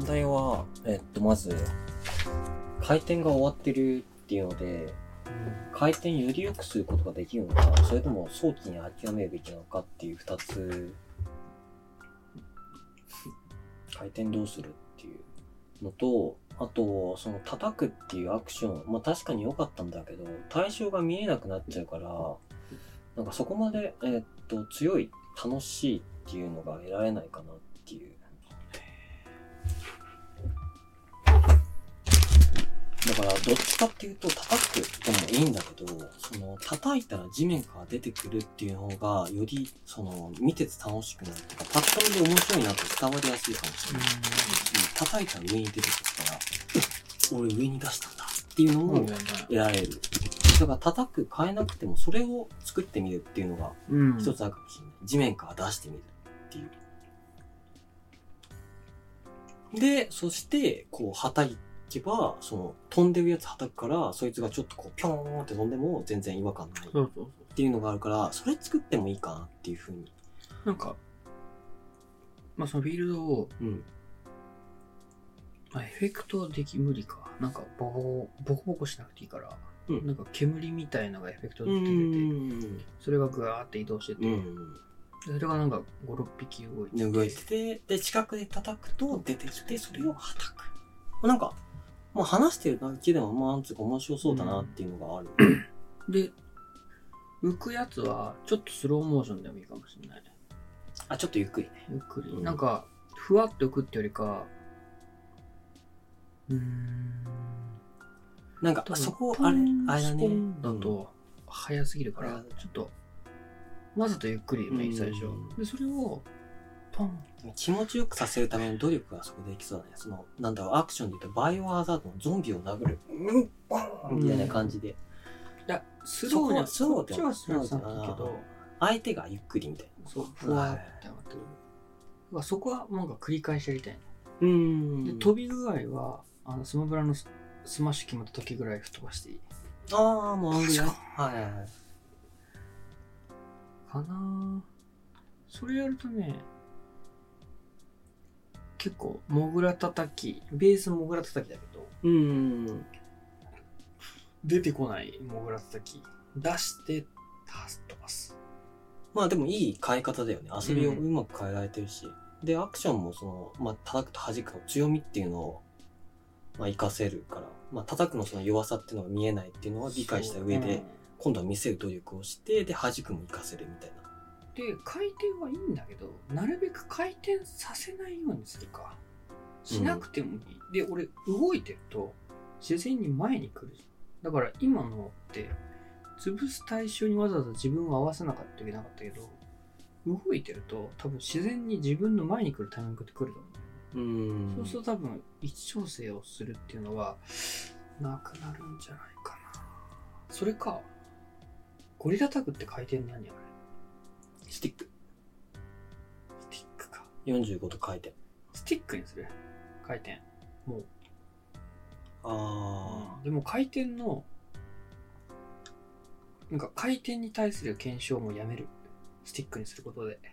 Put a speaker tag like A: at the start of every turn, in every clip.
A: 問題は、まず、回転が終わってるっていうので、回転より良くすることができるのか、それとも早期に諦めるべきなのかっていう二つ、回転どうするっていうのと、あと、その叩くっていうアクション、まあ確かに良かったんだけど、対象が見えなくなっちゃうから、なんかそこまで、強い、楽しいっていうのが得られないかなっていう。だからどっちかっていうと叩くでもいいんだけど、その叩いたら地面から出てくるっていう方がよりその見てて楽しくなるとか、パッと見で面白いなって伝わりやすいかもしれない。叩いたら上に出てくるから、俺上に出したんだっていうのを得られる。だから叩く変えなくてもそれを作ってみるっていうのが一つあるかもしれない。地面から出してみるっていう。で、そしてこう叩いば、その飛んでるやつ叩くから、そいつがちょっとこうピョーンって飛んでも全然違和感ないっていうのがあるから、それ作ってもいいかなっていう風に。
B: なんか、まあそのフィールドを、まあ、エフェクトでき無理か。なんかボコボコしなくていいから、なんか煙みたいのがエフェクトできてて、それがぐわーって移動してて、それがなんか5、6匹動いて
A: て、で、近くで叩くと出てきて、それを叩く。なんか、まあ話してるだけでも、まあ、なんつうか面白そうだなっていうのがある。
B: で、浮くやつは、ちょっとスローモーションでもいいかもしれない。
A: あ、ちょっとゆっくりね。
B: ゆっくり。なんか、ふわっと浮くってよりか、
A: なんか、そこ、あれだね。
B: だと、早すぎるから、ちょっと、わざとゆっくりね、最初。で、それを、ポン。
A: 気持ちよくさせるための努力がそこでできそうだね。その、なんだろう、アクションで言うと、バイオハザードのゾンビを殴る。ポンみたいな感じで。
B: いや、スローには、
A: こっ
B: ちはスローだけど、
A: 相手がゆっくりみたいな。
B: そう、ふわーって上がってる。そこはなんか繰り返しやりたい。で、飛び具合は、スマブラのスマッシュ決まった時ぐらい吹っ飛ばしていい。
A: ああ、もうあんぐらい。はいはいはい。
B: かなぁ。それやるとね、結構、モグラ叩き、ベースモグラ叩きだけど、出てこないモグラ叩き、出して飛ばす。
A: まあでもいい変え方だよね。遊びをうまく変えられてるし。で、アクションもその、まあ叩くと弾くの強みっていうのを、まあ活かせるから、まあ叩くのその弱さっていうのが見えないっていうのは理解した上で、今度は見せる努力をして、で、弾くも活かせるみたいな。
B: で、回転はいいんだけど、なるべく回転させないようにするか。しなくてもいい。で、俺、動いてると、自然に前に来る。だから今のって、潰す対象にわざわざ自分を合わせなかったといけなかったけど、動いてると多分自然に自分の前に来るタイミングって来ると思うんだよね。そうすると多分位置調整をするっていうのはなくなるんじゃないかな。それか、ゴリラタグって回転何あれ？
A: スティック。
B: スティックか。
A: 45度回転。
B: スティックにする？回転。もう。
A: あ
B: でも回転のなんか回転に対する検証もやめる。スティックにすることで。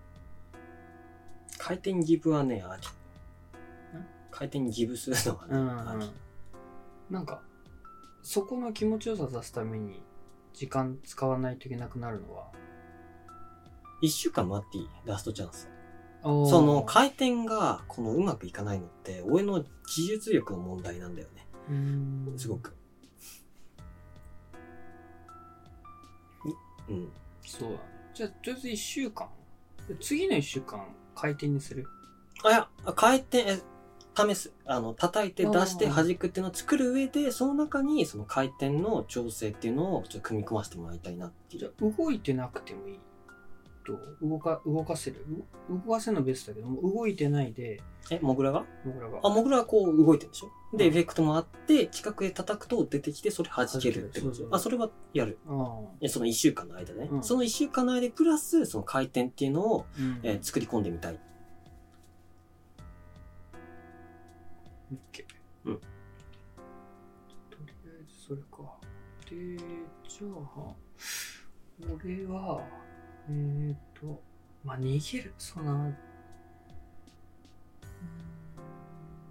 A: 回転ギブはね、あり。回転ギブするのはね、あり。
B: なんか、そこの気持ちよさを出すために時間使わないといけなくなるのは。
A: 1週間待っていい？ラストチャンス。その回転がこのうまくいかないのって、俺の技術力の問題なんだよね。すごく。
B: そうだね。じゃあ、とりあえず1週間。次の1週間、回転にする？
A: いや、回転、試す。叩いて出して弾くっていうのを作る上で、その中にその回転の調整っていうのをちょっと組み込ませてもらいたいなっていう。
B: じゃあ、動いてなくてもいいと、動かせる？動かせるのベストだけども、動いてないで。
A: モグラが？
B: モグラが。
A: モグラはこう動いてるでしょ？で、エフェクトもあって、近くで叩くと出てきて、それ弾けるってこと。それはやる。その1週間の間ね。その1週間の間プラス、その回転っていうのを、作り込んでみたい。
B: OK。とりあえずそれか。で、じゃあ、俺は、まあ、逃げる。そうな。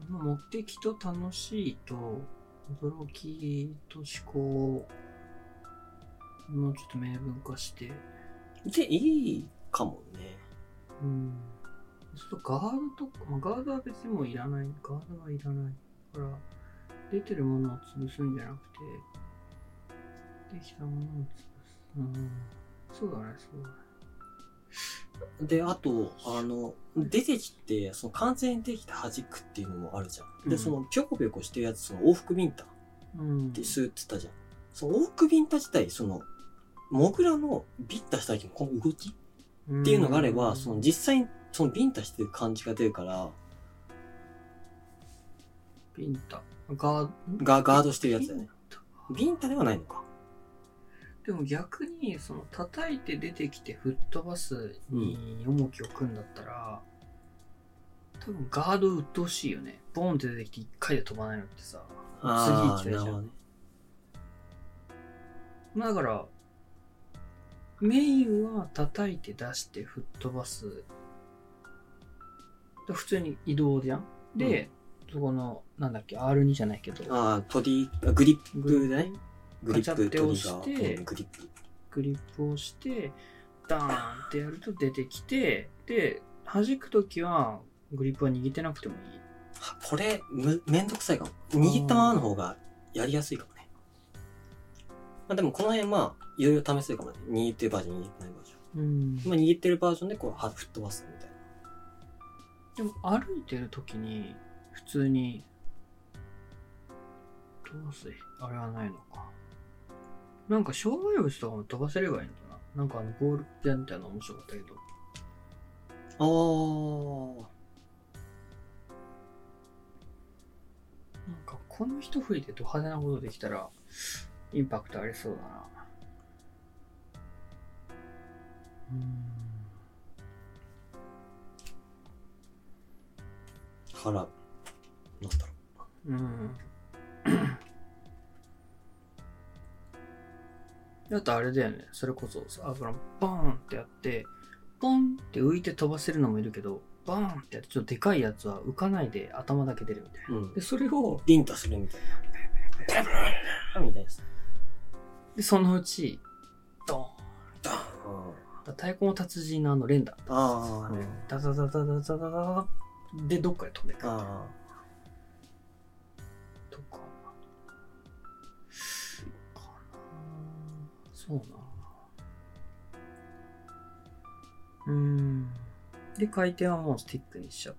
B: 目的と楽しいと驚きと思考をもうちょっと明文化して
A: で、いいかもね。
B: ちょっとガードとか、ガードは別にもういらない。ガードはいらない。だから、出てるものを潰すんじゃなくて、できたものを潰す。そうだね、そうだね。
A: で、あと、出てきて、その完全に出てきて弾くっていうのもあるじゃん。で、そのぴょこぴょこしてるやつ、その往復ビンタってするって言ったじゃん。その往復ビンタ自体、その、モグラのビンタした時のこの動きっていうのがあれば、その実際にそのビンタしてる感じが出るから、
B: ビンタガ
A: ードしてるやつだよね。ビンタではないのか。
B: でも逆に、その叩いて出てきて吹っ飛ばすに重きを置くんだったら、多分ガード鬱陶しいよね。ボンって出てきて1回で飛ばないのってさ、次行きたいじゃん。まあだから、メインは叩いて出して吹っ飛ばす。普通に移動じゃん。で、そこの、なんだっけ、R2 じゃないけど。
A: グリップだね。
B: グリップって押して、
A: グリップ
B: をして、ダーンってやると出てきて、で、弾くときは、グリップは握ってなくてもいい。
A: これ、めんどくさいかも。握ったままの方がやりやすいかもね。まあでもこの辺まあ、いろいろ試せるかもね。握ってるバージョン、握ってないバージョン。まあ握ってるバージョンでこう、吹っ飛ばすみたいな。
B: でも歩いてるときに、普通に、飛ばすあれはないのか。なんか障害物とかも飛ばせればいいのかな。なんかボールペンみたいなの面白かったけど。なんかこの一振りでド派手なことできたらインパクトありそうだな。
A: なんだろ
B: う。あとあれだよね。それこそ油ボーンってやって、ポンって浮いて飛ばせるのもいるけど、バーンってやってちょっとでかいやつは浮かないで頭だけ出るみたいな。で、それを
A: ビンタするみたいな。みたいです。
B: で、そのうち、ドーンドーン太鼓の達人の連打。ダダダダダダダダで、どっかで飛んでくる。とか。そうな。で、回転はもうスティックにしちゃって、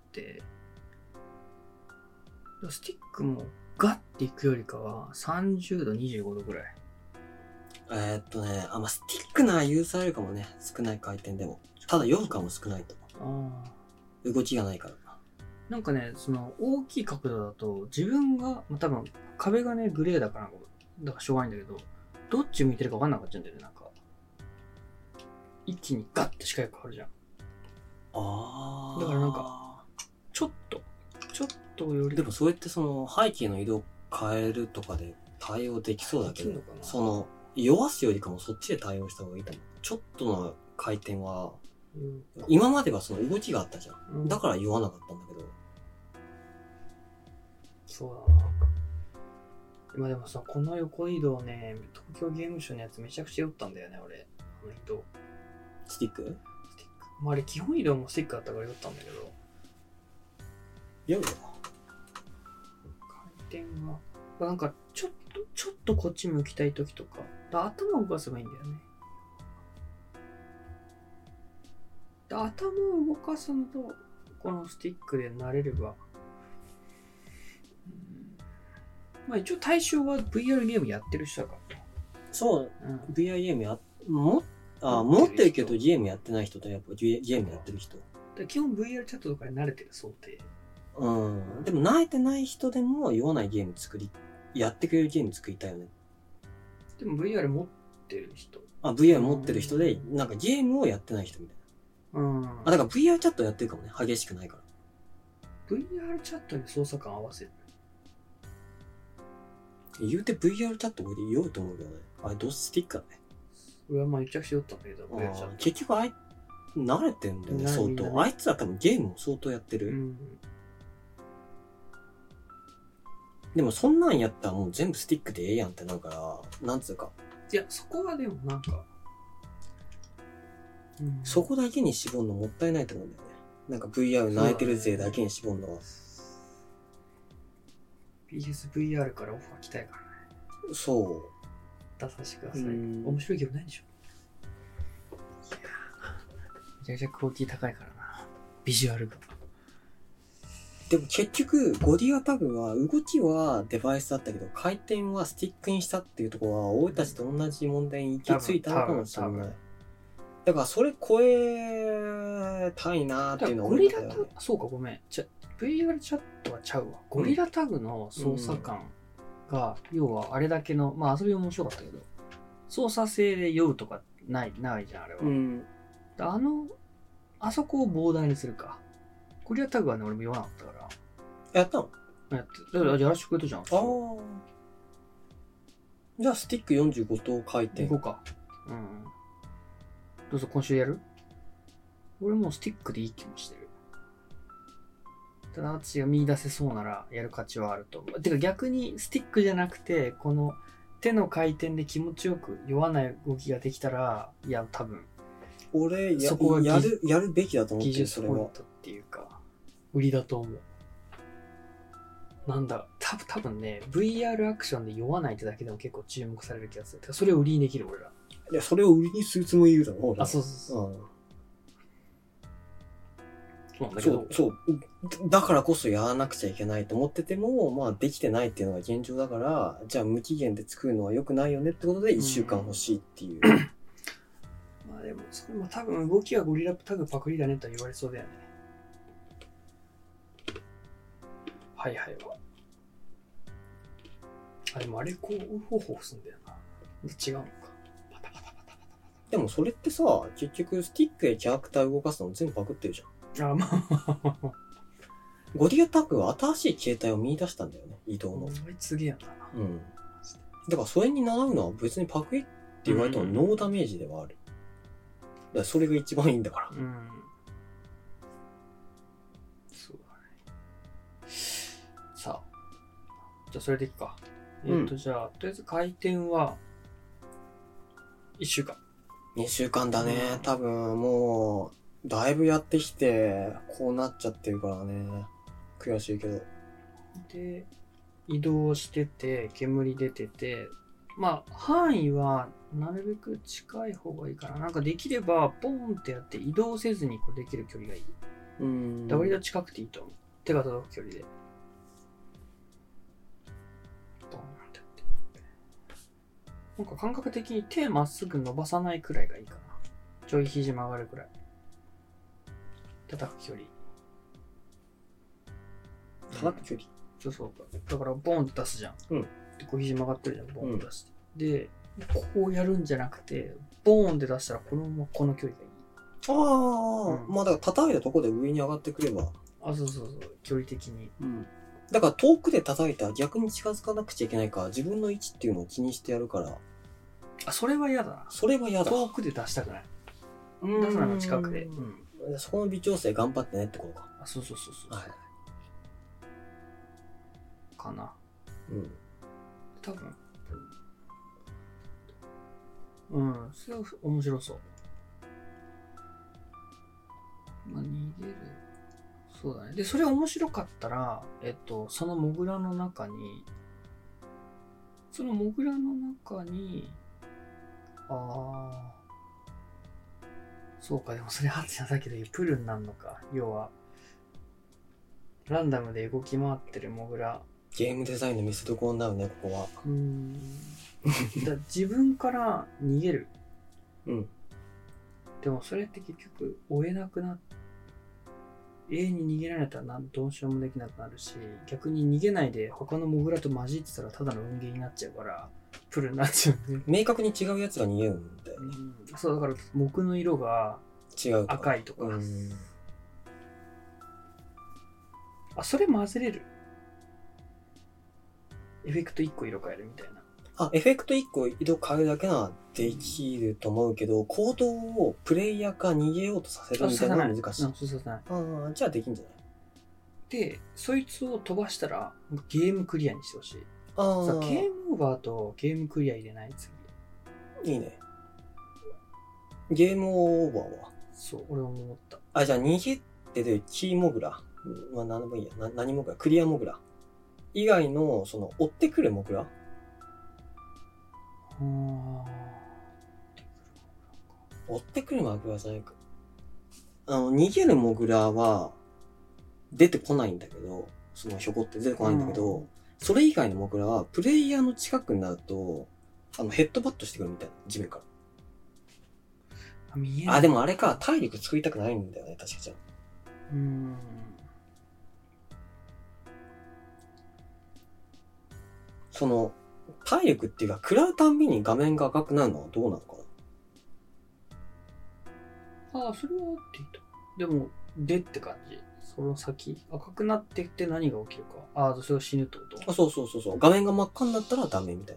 B: スティックもガッていくよりかは30度、25度ぐらい。
A: まあ、スティックなら許されるかもね。少ない回転でも。ただ、余暇も少ないと。動きがないから。
B: なんかね、その大きい角度だと自分が、多分壁がね、グレーだからしょうがないんだけど、どっち向いてるか分かんなくなっちゃうんだよね、なんか。一気にガッて視界が変わるじゃん。だからなんか、ちょっとより。
A: でもそうやってその背景の色を変えるとかで対応できそうだけど、その、弱すよりかもそっちで対応した方がいいと思う。ちょっとの回転は、今まではその動きがあったじゃん。だから言わなかったんだけど。
B: そうだな。今でもさ、この横移動ね、東京ゲームショウのやつめちゃくちゃ酔ったんだよね、俺。この移動。
A: スティック。
B: まあ、あれ基本移動もスティックあったから酔ったんだけど。
A: 酔うよ。
B: 回転が、なんかちょっとこっち向きたいときとか、頭を動かせばいいんだよね。頭を動かすのと、このスティックで慣れれば。まあ一応対象は VR ゲームやってる人だから。
A: そう、VR ゲーム持ってるけどゲームやってない人とやっぱゲームやってる人。
B: 基本 VR チャットとかに慣れてる想定。
A: でも慣れてない人でも酔わないゲームやってくれるゲーム作りたいよね。
B: でも VR 持ってる人。
A: VR 持ってる人で、なんかゲームをやってない人みたいな。だから VR チャットやってるかもね。激しくないから。
B: VR チャットに操作感合わせる。
A: 言うて VR チャット俺酔うと思うけどね。あれどうスティックだね。
B: 俺はまあめちゃくちゃ酔ったんだけど、VR チャット。
A: 結局慣れてんだよね、相当。あいつら多分ゲームも相当やってる。 でもそんなんやったらもう全部スティックでええやんってなるから、なんつうか。
B: いや、そこはでもなんか、
A: そこだけに絞るのもったいないと思うんだよね。なんか VR 泣いてるぜだけに絞るのは。
B: PSVR からオファー来たいからね。
A: そう。
B: 出させてください。面白いゲームないんでしょ。いやめちゃくちゃクオリティ高いからな。ビジュアルが。
A: でも結局、ゴディアタグは動きはデバイスだったけど、回転はスティックにしたっていうところは、俺たちと同じ問題に行き着いたのかもしれない。だからそれ超えたいなーっていうのは
B: ゴリラタグ、そうかごめん。VR チャットはちゃうわ。ゴリラタグの操作感が、要はあれだけの、まあ遊び面白かったけど、操作性で酔うとかないじゃん、あれは。あそこをボーダーにするか。ゴリラタグはね、俺も酔わなかったから。
A: やったの？
B: やって。だからやらしてくれたじゃん。
A: ああ。じゃあスティック45度回転。
B: 行こうか。どうぞ今週やる？俺もうスティックでいい気もしてる。ただ私が見出せそうならやる価値はあると思う。てか逆にスティックじゃなくて、この手の回転で気持ちよく酔わない動きができたら、いや多分。
A: 俺
B: そこが
A: やるべきだと思ってる。
B: 技術ポイントっていうか、売りだと思う。なんだ、多分ね、VR アクションで酔わないってだけでも結構注目される気がする。それを売りにできる俺ら。
A: いや、それを売りにするつもりいるだろ、
B: あ、そう。そうなんだけど。
A: そう。だからこそやらなくちゃいけないと思ってても、まあできてないっていうのが現状だから、じゃあ無期限で作るのは良くないよねってことで1週間欲しいっていう。
B: まあでも、それも多分動きはゴリラタグパクリだねとは言われそうだよね。はいはいは。あ、でもあれこう、ホホすんだよな。違うのか。パタパタパタパタ。
A: でもそれってさ、結局スティックでキャラクター動かすの全部パクってるじゃん。
B: あ、まあ。
A: ゴリラタグは新しい形態を見出したんだよね、移動の。
B: あいつすげえやな。
A: だからそれに習うのは別にパクリって言われてもノーダメージではある。だからそれが一番いいんだから。
B: そうだね。さあ。じゃあそれでいくか。じゃあ、とりあえず回転は、1週間。
A: 2週間だね。多分もう、だいぶやってきて、こうなっちゃってるからね。悔しいけど。
B: で、移動してて、煙出てて、まあ、範囲はなるべく近い方がいいかな。なんかできれば、ポンってやって移動せずにこうできる距離がいい。割と近くていいと思う。手が届く距離で。ポンってやって。なんか感覚的に手まっすぐ伸ばさないくらいがいいかな。ちょい肘曲がるくらい。叩く距離。
A: 叩く距離？
B: そう。だから、ボンって出すじゃん。で、こう肘曲がってるじゃん。ボンって出して。で、こうやるんじゃなくて、ボーンって出したら、このままこの距離がいい。
A: まあだから叩いたとこで上に上がってくれば。
B: そう。距離的に。
A: だから遠くで叩いたら逆に近づかなくちゃいけないから、自分の位置っていうのを気にしてやるから。
B: それは嫌だな。
A: それは嫌だ。
B: 遠くで出したくない。出すなら近くで。
A: そこの微調整頑張ってねってことか。
B: そう。はい。かな。多分。それは面白そう。まあ、逃げる。そうだね。で、それ面白かったら、そのモグラの中に、そうか、でもそれハツちゃんさっきで言うプルになるのか。要は、ランダムで動き回ってるモグラ。
A: ゲームデザインの見せ所になるね、ここは。
B: だ自分から逃げる。でもそれって結局追えなくなって、永遠に逃げられたらどうしようもできなくなるし、逆に逃げないで他のモグラと混じってたらただの運ゲーになっちゃうから、プルになっちゃうね。
A: 明確に違うやつが逃げるんだよね。
B: そう、だから木の色が
A: 違う
B: 赤いとか。それ混ぜれる。エフェクト1個色変えるみたいな。
A: エフェクト1個色変えるだけならできると思うけど、行動をプレイヤーから逃げようとさせるみたいなのは難しい。
B: そう。
A: じゃあできんじゃない？
B: で、そいつを飛ばしたら、ゲームクリアにしてほしい。さ、ゲームオーバーとゲームクリア入れない次。
A: いいね。ゲームオーバーは
B: そう、俺も思った。
A: あ、じゃあ逃げてでキーモグラ。まあ何でもいいや。何モグラクリアモグラ。以外の、その、追ってくるモグラ追ってくるモグラじゃないか。逃げるモグラは、出てこないんだけど、そのひょこって出てこないんだけど、それ以外のモグラは、プレイヤーの近くになると、ヘッドバットしてくるみたいな、地面から。でもあれか、体力作りたくないんだよね、確かじゃん。その、体力っていうか、食らうたんびに画面が赤くなるのはどうなのか
B: な。それはあっていいと。でも、でって感じ。その先、赤くなってって何が起きるか。それが死ぬってこと？
A: そう。画面が真っ赤になったらダメみたい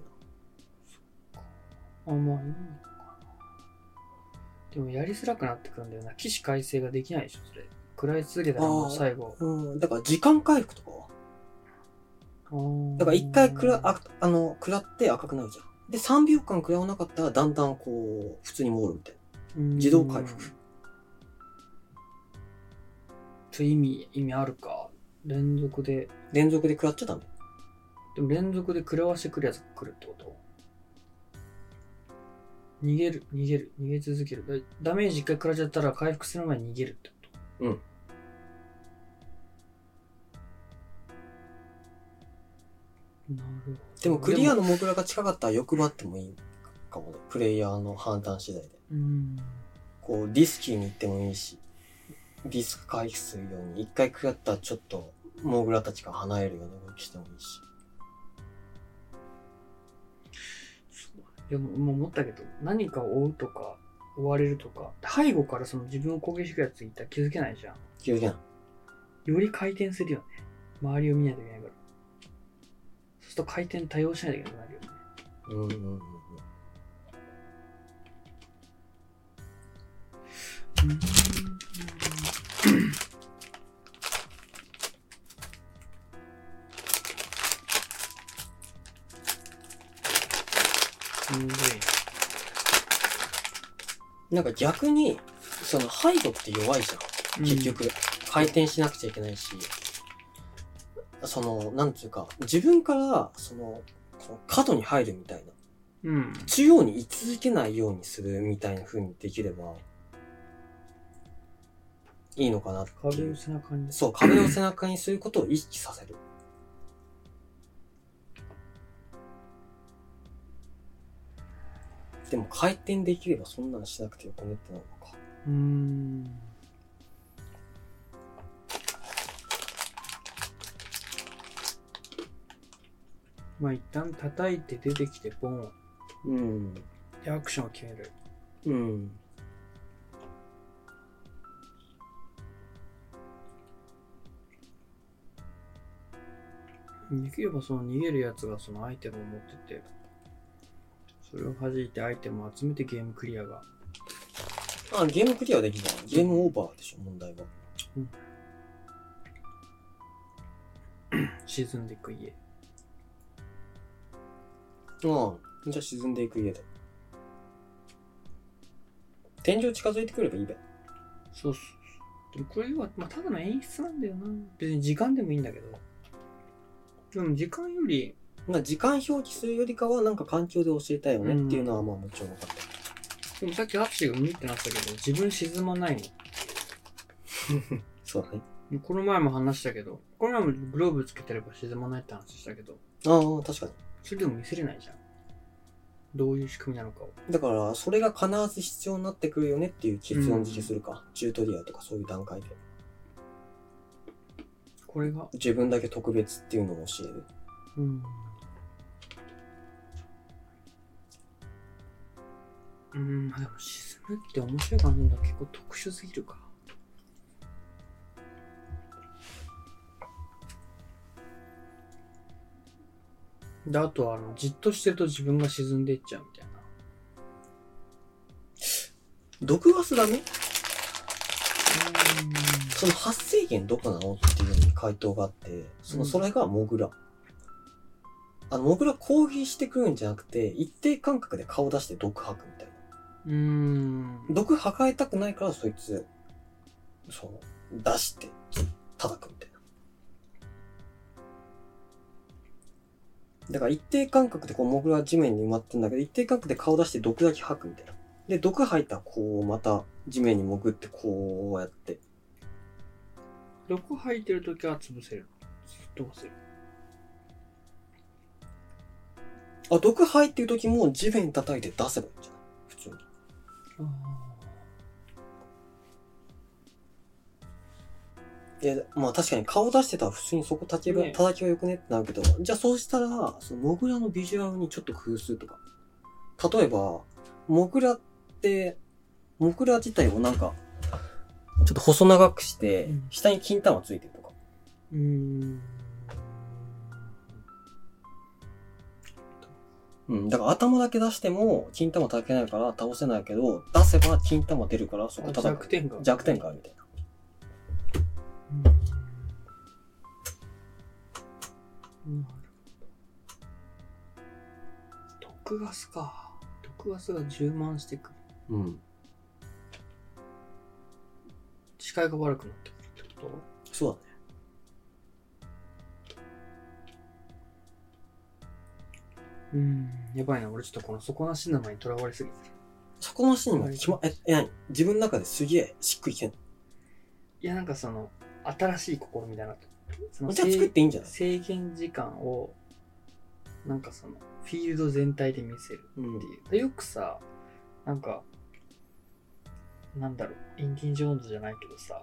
A: な。
B: まあいいのかな。でもやりづらくなってくるんだよな。起死回生ができないでしょ、それ。食らい続けたらもう最後。
A: だから時間回復とかはだから一回食らって赤くなるじゃん。で、3秒間食らわなかったらだんだんこう、普通に戻るみたいな。自動回復。
B: 意味あるか。連続で
A: 食らっちゃダメ。
B: でも連続で食らわしてくるやつが来るってこと？逃げ続ける。ダメージ一回食らっちゃったら回復する前に逃げるってこと？
A: うん。
B: なるほど。
A: でもクリアのモグラが近かったら欲張ってもいいかもね。プレイヤーの判断次第で。こう、リスキーに行ってもいいし、リスク回避するように、一回食らったらちょっと、モグラたちから離れるような動きしてもいいし。
B: でも、もう思ったけど、何かを追うとか、追われるとか、背後からその自分を攻撃してくるやついたら気づけないじゃん。
A: 気づけない。
B: より回転するよね。周りを見ないといけないから。そうすると回転多用しないといけなくなるよね。
A: なんか逆に、その背後って弱いじゃん。結局、回転しなくちゃいけないし、その、なんていうか、自分から、その、角に入るみたいな。中央に居続けないようにするみたいな風にできれば、いいのかなっていう。
B: 壁を背中に。
A: そう、壁を背中にすることを意識させる。でも回転できればそんなのしなくてよくねってなるのか。
B: まあ一旦叩いて出てきてボン。でアクションを決める。できればその逃げるやつがそのアイテムを持ってて、それを弾いてアイテムを集めてゲームクリアが。
A: ゲームクリアできない。ゲームオーバーでしょ、問題は。
B: 沈んでいく家。
A: じゃあ沈んでいく家だ。天井近づいてくればいいべ。
B: そう。でもこれは、ただの演出なんだよな。別に時間でもいいんだけど。でも時間より、
A: 時間表記するよりかはなんか環境で教えたいよねっていうのはまあもちろん分かった。
B: でもさっきアクシーが見ってなったけど、自分沈まないの。
A: そうだね。
B: この前も話したけど、この前もグローブつけてれば沈まないって話したけど。
A: 確かに。
B: それでも見せれないじゃん。どういう仕組みなのかを。
A: だから、それが必ず必要になってくるよねっていう結論付けするか。チュートリアルとかそういう段階で。
B: これが
A: 自分だけ特別っていうのを教える。
B: でも沈むって面白いかなんだ。結構特殊すぎるか。で、あとはじっとしてると自分が沈んでいっちゃうみたいな。
A: 毒ガスダメ？ その発生源どこなのっていうのに回答があって、それがモグラ。モグラ攻撃してくるんじゃなくて、一定間隔で顔出して毒吐くみたいな。毒吐かれたくないからそいつ、出して叩くみたいな。だから一定間隔でモグラは地面に埋まってんだけど、一定間隔で顔出して毒だけ吐くみたいな。で、毒吐いたらまた地面に潜ってこうやって。
B: 毒吐いてるときは潰せる。どうする？
A: 毒吐いてるときも地面叩いて出せばいいんじゃない？普通に。まあ確かに顔出してたら普通にそこ叩けばよくねってなるけど、じゃあそうしたら、モグラのビジュアルにちょっと工夫するとか。例えば、モグラ自体をなんか、ちょっと細長くして、下に金玉ついてるとか。だから頭だけ出しても、金玉叩けないから倒せないけど、出せば金玉出るからそこ叩く。弱点があるみたいな。
B: 毒ガスか。毒ガスが充満してくる。視界が悪くなってくるってこと？
A: そう
B: だね。やばいな。俺ちょっとこの底なし沼に囚われすぎてる。
A: 底なし沼自分の中ですげえしっくりきてんの？
B: いや、なんか新しい試みだなと。
A: じゃあ作っていいんじゃない？
B: 制限時間を、なんかフィールド全体で見せるっていう。でよくさ、なんか、なんだろう、インディ・ジョーンズじゃないけどさ、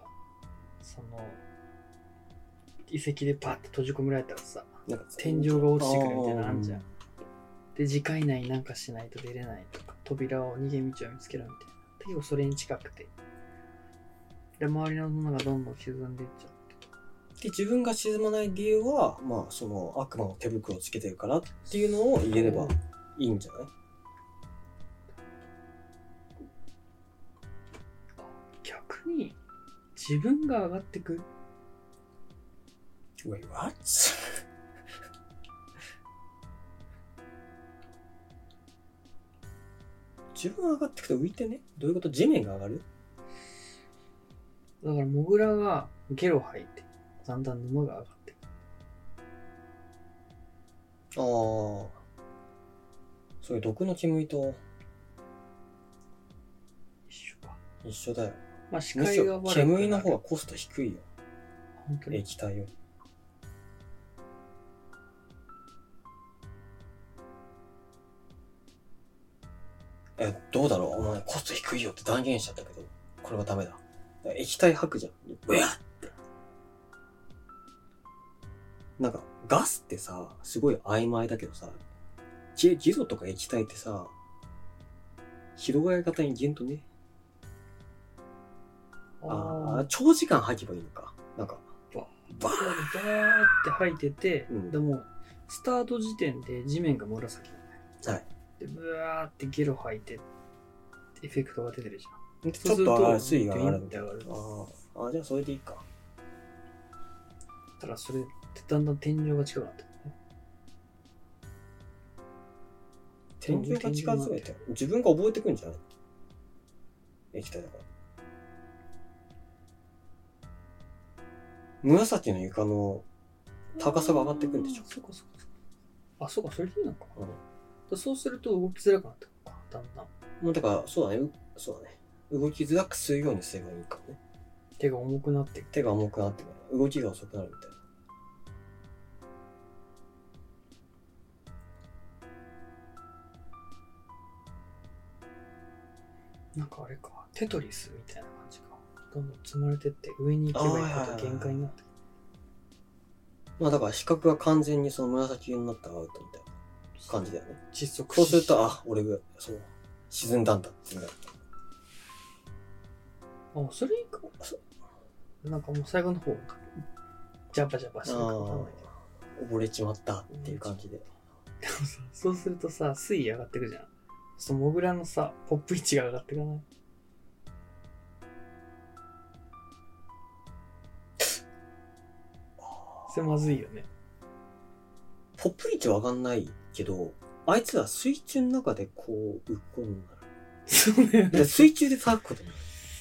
B: 遺跡でパッて閉じ込められたらさ、天井が落ちてくるみたいなのあんじゃん。で、時間以内になんかしないと出れないとか、扉を、逃げ道を見つけろみたいな。結構それに近くて。で、周りのものがどんどん沈んでいっちゃう。
A: で、自分が沈まない理由は、まあ、悪魔の手袋をつけてるからっていうのを入れればいいんじゃない？
B: 逆に、自分が上がってく？
A: Wait, what? 自分が上がってくと浮いてね？どういうこと？地面が上がる？
B: だから、モグラがゲロ吐いて、だんだん沼が上がってくる。
A: そういう毒の煙と一緒だよ。
B: まあ、視界が悪くなる。
A: 煙の方がコスト低いよ。
B: 本当に？
A: 液体より。どうだろう？お前コスト低いよって断言しちゃったけど、これはダメだ。液体吐くじゃん。うわって。なんか、ガスってさ、すごい曖昧だけどさ、ギゾとか液体ってさ、広がり方に限度ね。長時間吐けばいいのか。なんか、
B: バーって吐いてて、でも、スタート時点で地面が紫だね。はい。で、ブワーってゲロ吐いて、エフェクトが出てるじゃん。
A: ちょっと上がる、水位が上がるみたいな。じゃあそれでいいか。
B: ただそれってだんだん天井が近くなってるね。
A: 天井が近づいて自分が覚えてくんじゃない？液体だから。紫の床の高さが上がってくんでしょ。
B: そうか、それでいいのか。そうすると動きづらくなってくるのか、だんだん。
A: もうだから、そうだね。動きづらくするようにすればいいかもね。
B: 手が重くなってくる。
A: 動きが遅くなるみたい
B: な。なんかあれか、テトリスみたいな感じか。どんどん積まれてって上に行けばいいこと限界になってくる。
A: まあだから視覚が完全にその紫色になったらアウトみたいな感じだよね。
B: 窒息。
A: そうすると、俺が、沈んだんだってなる。
B: それいいかも。なんかもう最後の方、ジャバジャバしてるかわかんないけど。
A: 溺れちまったっていう感じで。で
B: もさ、そうするとさ、水位上がってくじゃん。そのモグラのさ、ポップ位置が上がってかない？ それまずいよね。
A: ポップリッチはわかんないけど、あいつら水中の中でこう浮くことになる。
B: そうだよね。
A: で水中で叩くことになる。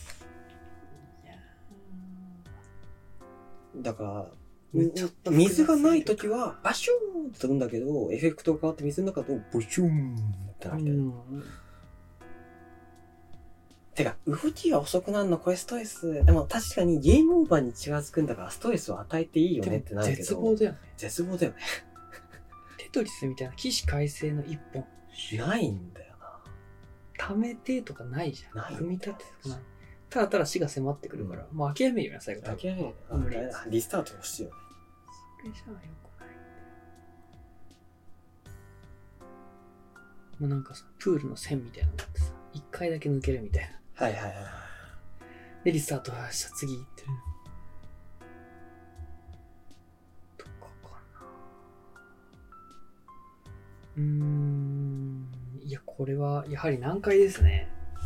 A: だから水がないときはバシューンって飛ぶんだけど、エフェクトが変わって水の中だとボシューンってなるみたいな。てか動きが遅くなるのこれストレス。でも確かにゲームオーバーに近づくんだからストレスを与えていいよねってなるけど、
B: 絶望だよね。
A: 絶望だよね。
B: テトリスみたいな起死回生の一本
A: ないんだよな。
B: 貯めてとかないじゃん。
A: ない。
B: 組み立てとかない。ただただ死が迫ってくるから、もう諦めるよね、最後。
A: 諦める。リスタート欲しいよね。
B: それじゃあよくない。もうなんかさ、プールの線みたいなのがあってさ、一回だけ抜けるみたいな。
A: はいはいはい。
B: で、リスタートした次行ってる。どこかな。いや、これはやはり難解ですね。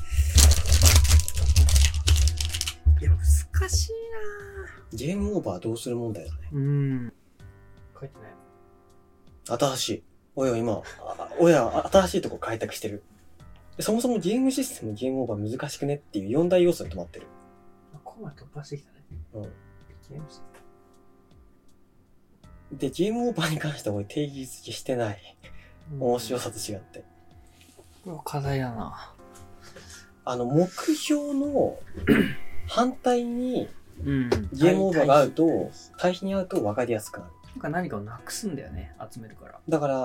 B: いや、難しいな。
A: ゲームオーバーどうする問題だね。
B: 書いてない。
A: 新しい。親新しいとこ開拓してる。そもそもゲームシステムゲームオーバー難しくねっていう4大要素に止まってる。
B: ここまで突破してきたね。
A: うん。
B: ゲームシステ
A: ム。で、ゲームオーバーに関しては俺定義付けしてない。面白さと違って。
B: これは課題だな。
A: 目標の反対にゲームオーバーがあると、対比に合うと分かりやすくなる。
B: 何かをなくすんだよね、集めるから。
A: だから、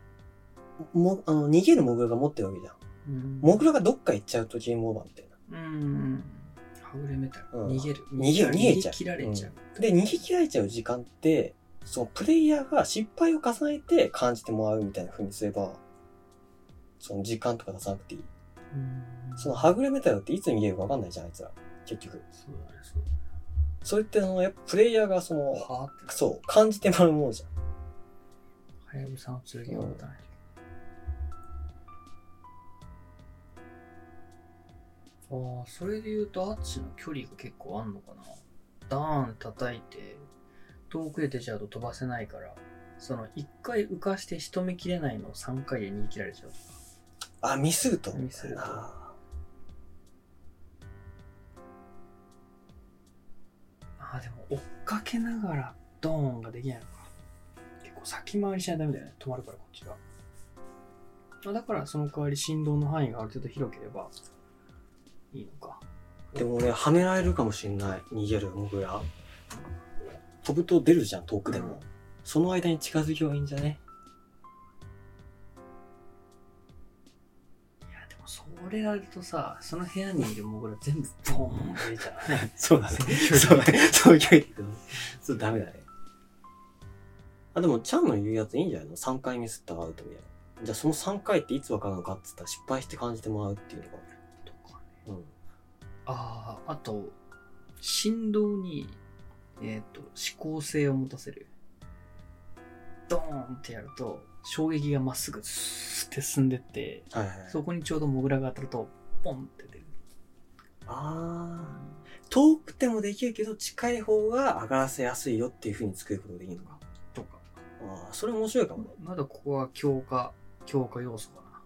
A: 逃げるモグラが持ってるわけじゃん。モグラがどっか行っちゃうとゲームオーバーみたいな。
B: はぐれメタル。逃げる。
A: 逃げちゃう。
B: 逃げ切られちゃう。
A: で、逃げ切られちゃう時間って、プレイヤーが失敗を重ねて感じてもらうみたいな風にすれば、時間とか出さなくていい。はぐれメタルっていつ逃げるか分かんないじゃん、あいつら。結局。
B: そうだね、そうだね。
A: それってやっぱプレイヤーが感じてもらうものじゃん。
B: はやぶさの剣を持たないと。それで言うとアーチの距離が結構あんのかな。ダーン叩いて、遠くで出ちゃうと飛ばせないから、一回浮かして仕留めきれないのを3回で逃げ切られちゃうとか。
A: ミスると。
B: ミスると。でも追っかけながらドーンができないのか。結構先回りしないとダメだよね。止まるからこっちが。だからその代わり振動の範囲がある程度広ければいいのか。
A: でもね、はめられるかもしんない。逃げるモグラ。飛ぶと出るじゃん、遠くでも。その間に近づきはいいんじゃね？
B: いや、でもそれやるとさ、その部屋にいるモグラ全部ボーンって出ちゃう。
A: そうだね。そう距離って。そう、ダメだね。でも、ちゃんの言うやついいんじゃないの？ 3 回ミスったらアウトみたいな。じゃあその3回っていつわかるのかって言ったら失敗して感じてもらうっていうのが。
B: とかね。あと、振動に、指向性を持たせる。ドーンってやると、衝撃がまっすぐスーって進んでって、そこにちょうどモグラが当たると、ポンって出る。
A: 遠くてもできるけど、近い方が上がらせやすいよっていう風に作ることができるのか。
B: とか。
A: それ面白いかもね。
B: まだここは強化要素かな。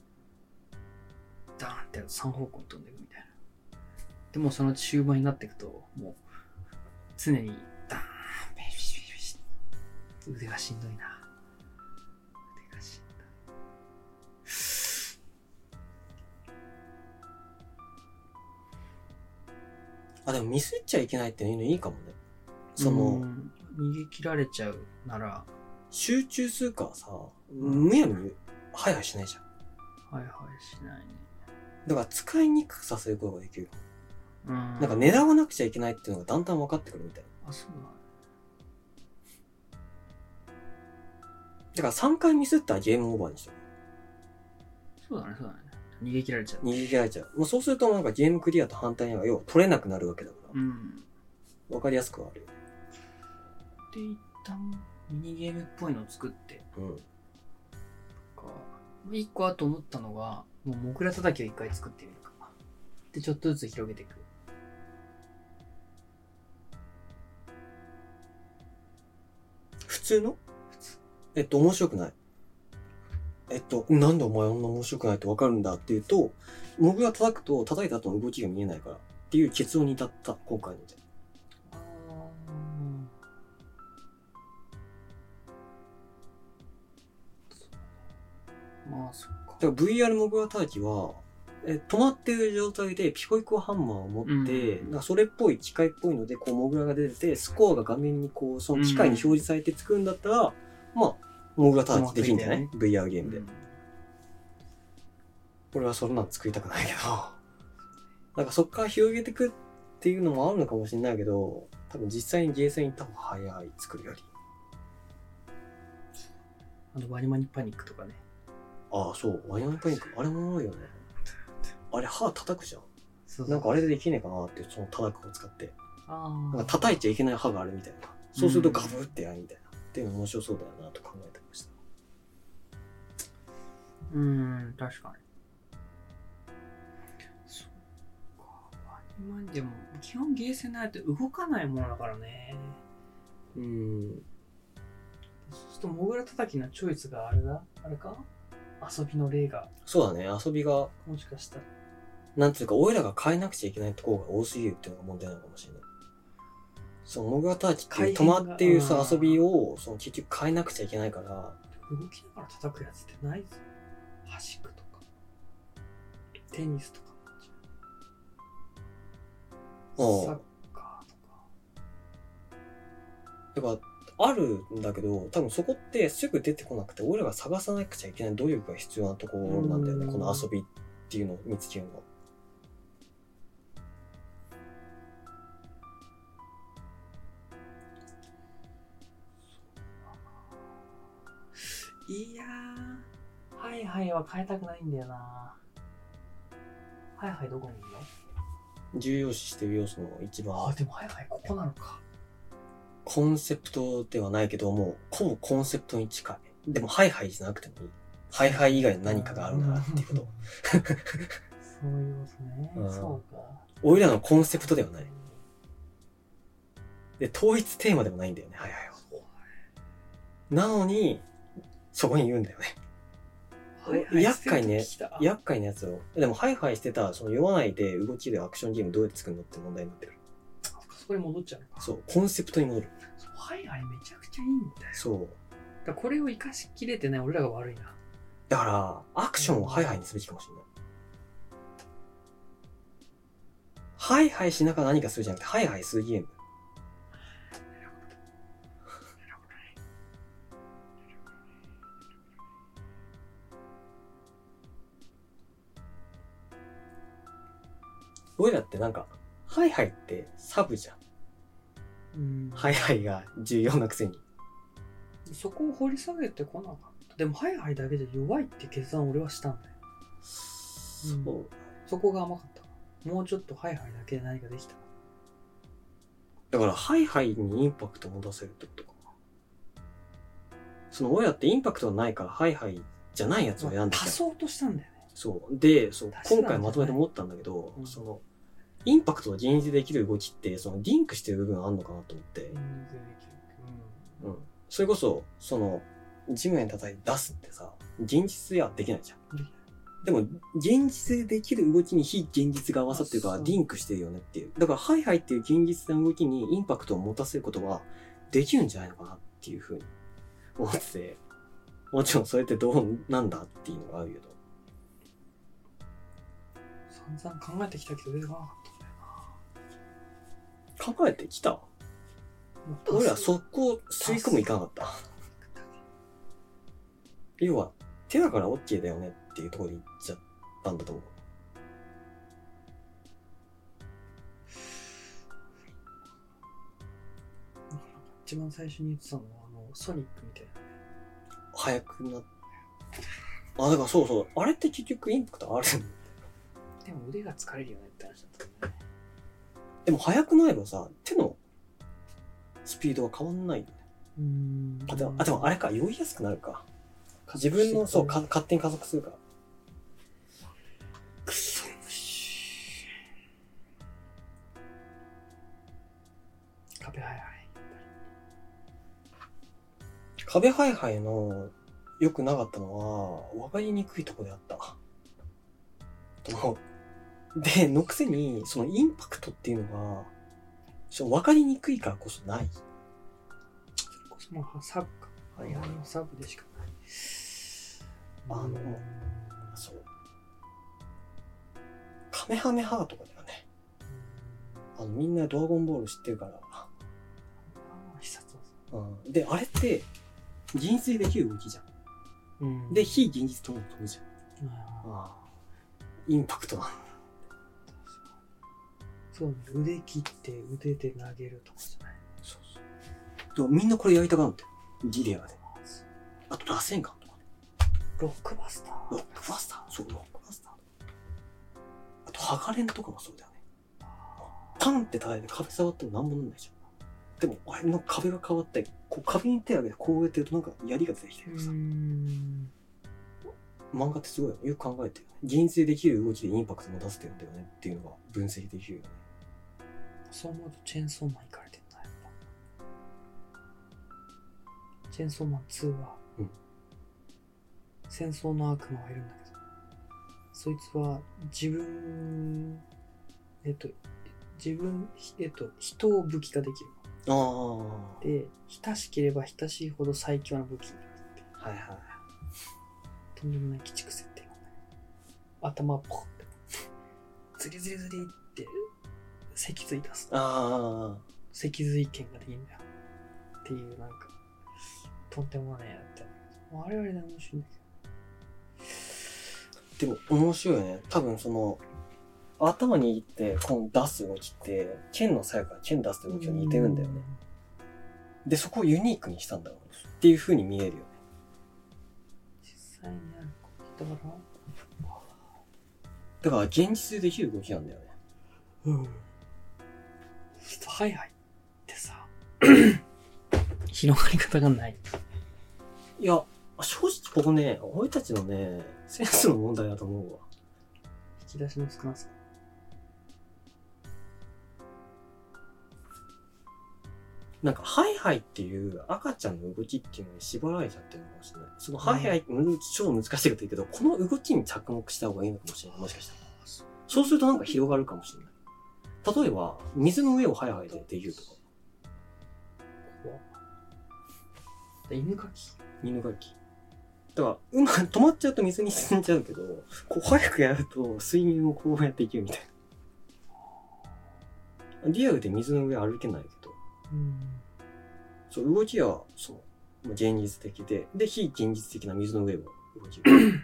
B: ダーンってやると3方向に飛んでいくみたいな。でもその終盤になっていくと、もう、常にダーン、ベシベシベシ。腕がしんどいな。腕がしん
A: どい。でもミスっちゃいけないっていうのいいかもね。
B: 逃げ切られちゃうなら、
A: 集中するからさ、むやみにハイハイしないじゃん。
B: ハイハイしないね。
A: だから使いにくくさせることができるかも。
B: なん
A: か狙わなくちゃいけないっていうのがだんだん分かってくるみたいな。
B: そう
A: だから3回ミスったらゲームオーバーにしよ
B: う。そうだね。逃げ切られちゃう。
A: もうそうするとなんかゲームクリアと反対には要は取れなくなるわけだから。分かりやすくはあるよね。
B: で、一旦ミニゲームっぽいのを作って。一個あと思ったのが、もうモグラ叩きを一回作ってみるか。で、ちょっとずつ広げていく。
A: 通の面白くない。なんでお前あんな面白くないってわかるんだっていうと、モグラ叩くと叩いた後の動きが見えないからっていう結論に至った、今回ので。
B: まあ、そっか。
A: だから VR モグラ叩きは、止まってる状態でピコイコハンマーを持って、なんかそれっぽい機械っぽいので、こうモグラが出てて、スコアが画面にこう、その機械に表示されてつくんだったら、まあ、モグラ叩きできるんじゃない、VR ゲームで。俺はそんなの作りたくないけど、なんかそっから広げてくっていうのもあるのかもしれないけど、多分実際にゲーセン行った方が早い、作るより。
B: ワニマニパニックとかね。
A: ああ、そう、ワニマニパニック、あれも多いよね。あれ歯叩くじゃん。
B: そう
A: なんかあれでできねえかなって、その叩くを使って。
B: なん
A: か叩いちゃいけない歯があるみたいな。そうするとガブってやるみたいな。っていうの面白そうだよなと考えてました。
B: 確かに。そっか。ワニマニでも、基本ゲーセンないと動かないものだからね。そうすると、モグラ叩きのチョイスがあれか遊びの例が。
A: そうだね、遊びが。
B: もしかしたら。
A: なんていうか、俺らが変えなくちゃいけないところが多すぎるっていうのが問題なのかもしれない。そのモグラ叩きっていう止まっていうさ、遊びを、その結局変えなくちゃいけないから。
B: 動きながら叩くやつってないぞ。弾くとか。テニスとか。サッカーとか。
A: やっぱ、あるんだけど、多分そこってすぐ出てこなくて、俺らが探さなくちゃいけない努力が必要なところなんだよね、この遊びっていうのを見つけるのは。
B: いやー、ハイハイは変えたくないんだよな。ハイハイどこにいるの？
A: 重要視してる要素の一番。
B: でもハイハイここなのか。
A: コンセプトではないけど、もう、ほぼコンセプトに近い。でも、ハイハイじゃなくてもいい。ハイハイ以外の何かがあるならっていうこと。
B: そういうことね。そうか。
A: 俺らのコンセプトではない。で、統一テーマでもないんだよね、ハイハイは。なのに、そこに言うんだよね。厄介なやつを。でも、ハイハイしてた、その酔わないで動きでアクションゲームどうやって作るのって問題になってる。
B: そこに戻っちゃうのか。
A: そう、コンセプトに戻る。
B: ハイハイめちゃくちゃいいんだよ。
A: そう。
B: だこれを生かしきれてない俺らが悪いな。
A: だから、アクションをハイハイにすべきかもしれない。ハイハイしながら何かするじゃなくて、ハイハイするゲーム。俺らってなんか、ハイハイってサブじゃん。ハイハイが重要なくせに。
B: そこを掘り下げてこなかった。でもハイハイだけで弱いって決断を俺はしたんだよ。そう。そこが甘かった。もうちょっとハイハイだけで何かできた。
A: だからハイハイにインパクトを持たせるってことかな。その俺らってインパクトがないからハイハイじゃないやつを選んできた。
B: 足そうとしたんだよね。
A: そう。で、そう、今回まとめて思ったんだけど、その、インパクトを現実できる動きって、そのリンクしてる部分あんのかなと思って。それこそ、その、地面叩いて出すってさ、現実ではできないじゃん。でも、現実でできる動きに非現実が合わさってるからリンクしてるよねっていう。だから、ハイハイっていう現実な動きにインパクトを持たせることはできるんじゃないのかなっていうふうに思ってて、もちろんそれってどうなんだっていうのがあるけど。
B: 散々考えてきたけど出てこなかったんだよ
A: な。考えてきた？俺らそこを吸い込むいかなかった。要は、手だから OK だよねっていうところに行っちゃったんだと思う。
B: 一番最初に言ってたのは、ソニックみたいな。
A: 速くなっだからそうそう。あれって結局インパクトあるんだよ。
B: でも腕が疲れるよねって話だったね。
A: でも速くなればさ、手のスピードは変わんないよね。でもあれか、酔いやすくなるか。自分の、そう、勝手に加速するから。くそし。壁はいはい。 壁ハイハイの良くなかったのは、わかりにくいとこであった。と思う。で、のくせに、そのインパクトっていうのが、わかりにくいからこそない。
B: それこそまあサブか。はいはい。サブでしかない。
A: そう。カメハメハとかだよね。みんなドラゴンボール知ってるから。で、あれって、現実でできる動きじゃん。で、非現実とも飛ぶじゃん。インパクトなんだ。
B: そうね、腕切って腕で投げるとかじゃない。
A: そうそう。でもみんなこれやりたがるんだよ。ギレアで。あと、螺旋丸とかね。
B: ロックバスター。
A: ロックバスター。そう、ロックバスター。あと、ハガレンとかもそうだよね。パンって叩いて壁触っても何もなんないじゃん。でも、あれの壁が変わって、こう壁に手を上げてこうやってるとなんか槍が出てきてるさ。漫画ってすごいよく考えてるよね。現実でできる動きでインパクトも出せてるんだよねっていうのが分析できるよね。
B: そう思うとチェーンソーマン行かれてるな、やっぱ。チェーンソーマン2は、戦争の悪魔がいるんだけど、そいつは自分、人を武器化できる。で、親しければ親しいほど最強な武器になるって。
A: はいはい。
B: とんでもない鬼畜設定なんだね。頭ポコって。ズリズリズリって脊髄出す。脊髄剣ができるんだよ。っていうなんか、とんでもないやって。あれはあれで面白いんだ
A: けど。でも面白いよね。多分その、頭に握ってこの出す動きって、剣の鞘から剣出す動きが似てるんだよね。で、そこをユニークにしたんだろうっていう風に見えるよね。
B: 実際にあること
A: だから現実でできる動きなんだよね。
B: はいはいってさ、広がり方がない。
A: いや、正直ここね、俺たちのね、センスの問題だと思うわ。
B: 引き出しの少なさ。
A: なんか、ハイハイっていう赤ちゃんの動きっていうのに縛られちゃってるのかもしれない。そのハイハイって超難しいこと言うけど、この動きに着目した方がいいのかもしれない。もしかしたら。そうするとなんか広がるかもしれない。例えば、水の上をハイハイでできるとか。
B: 犬かき。
A: 犬かき。だから、止まっちゃうと水に沈んじゃうけど、こう早くやると水面をこうやっていけるみたいな。リアルで水の上歩けないけど。そう、動きは、そう、現実的で、で、非現実的な水の上を動きる。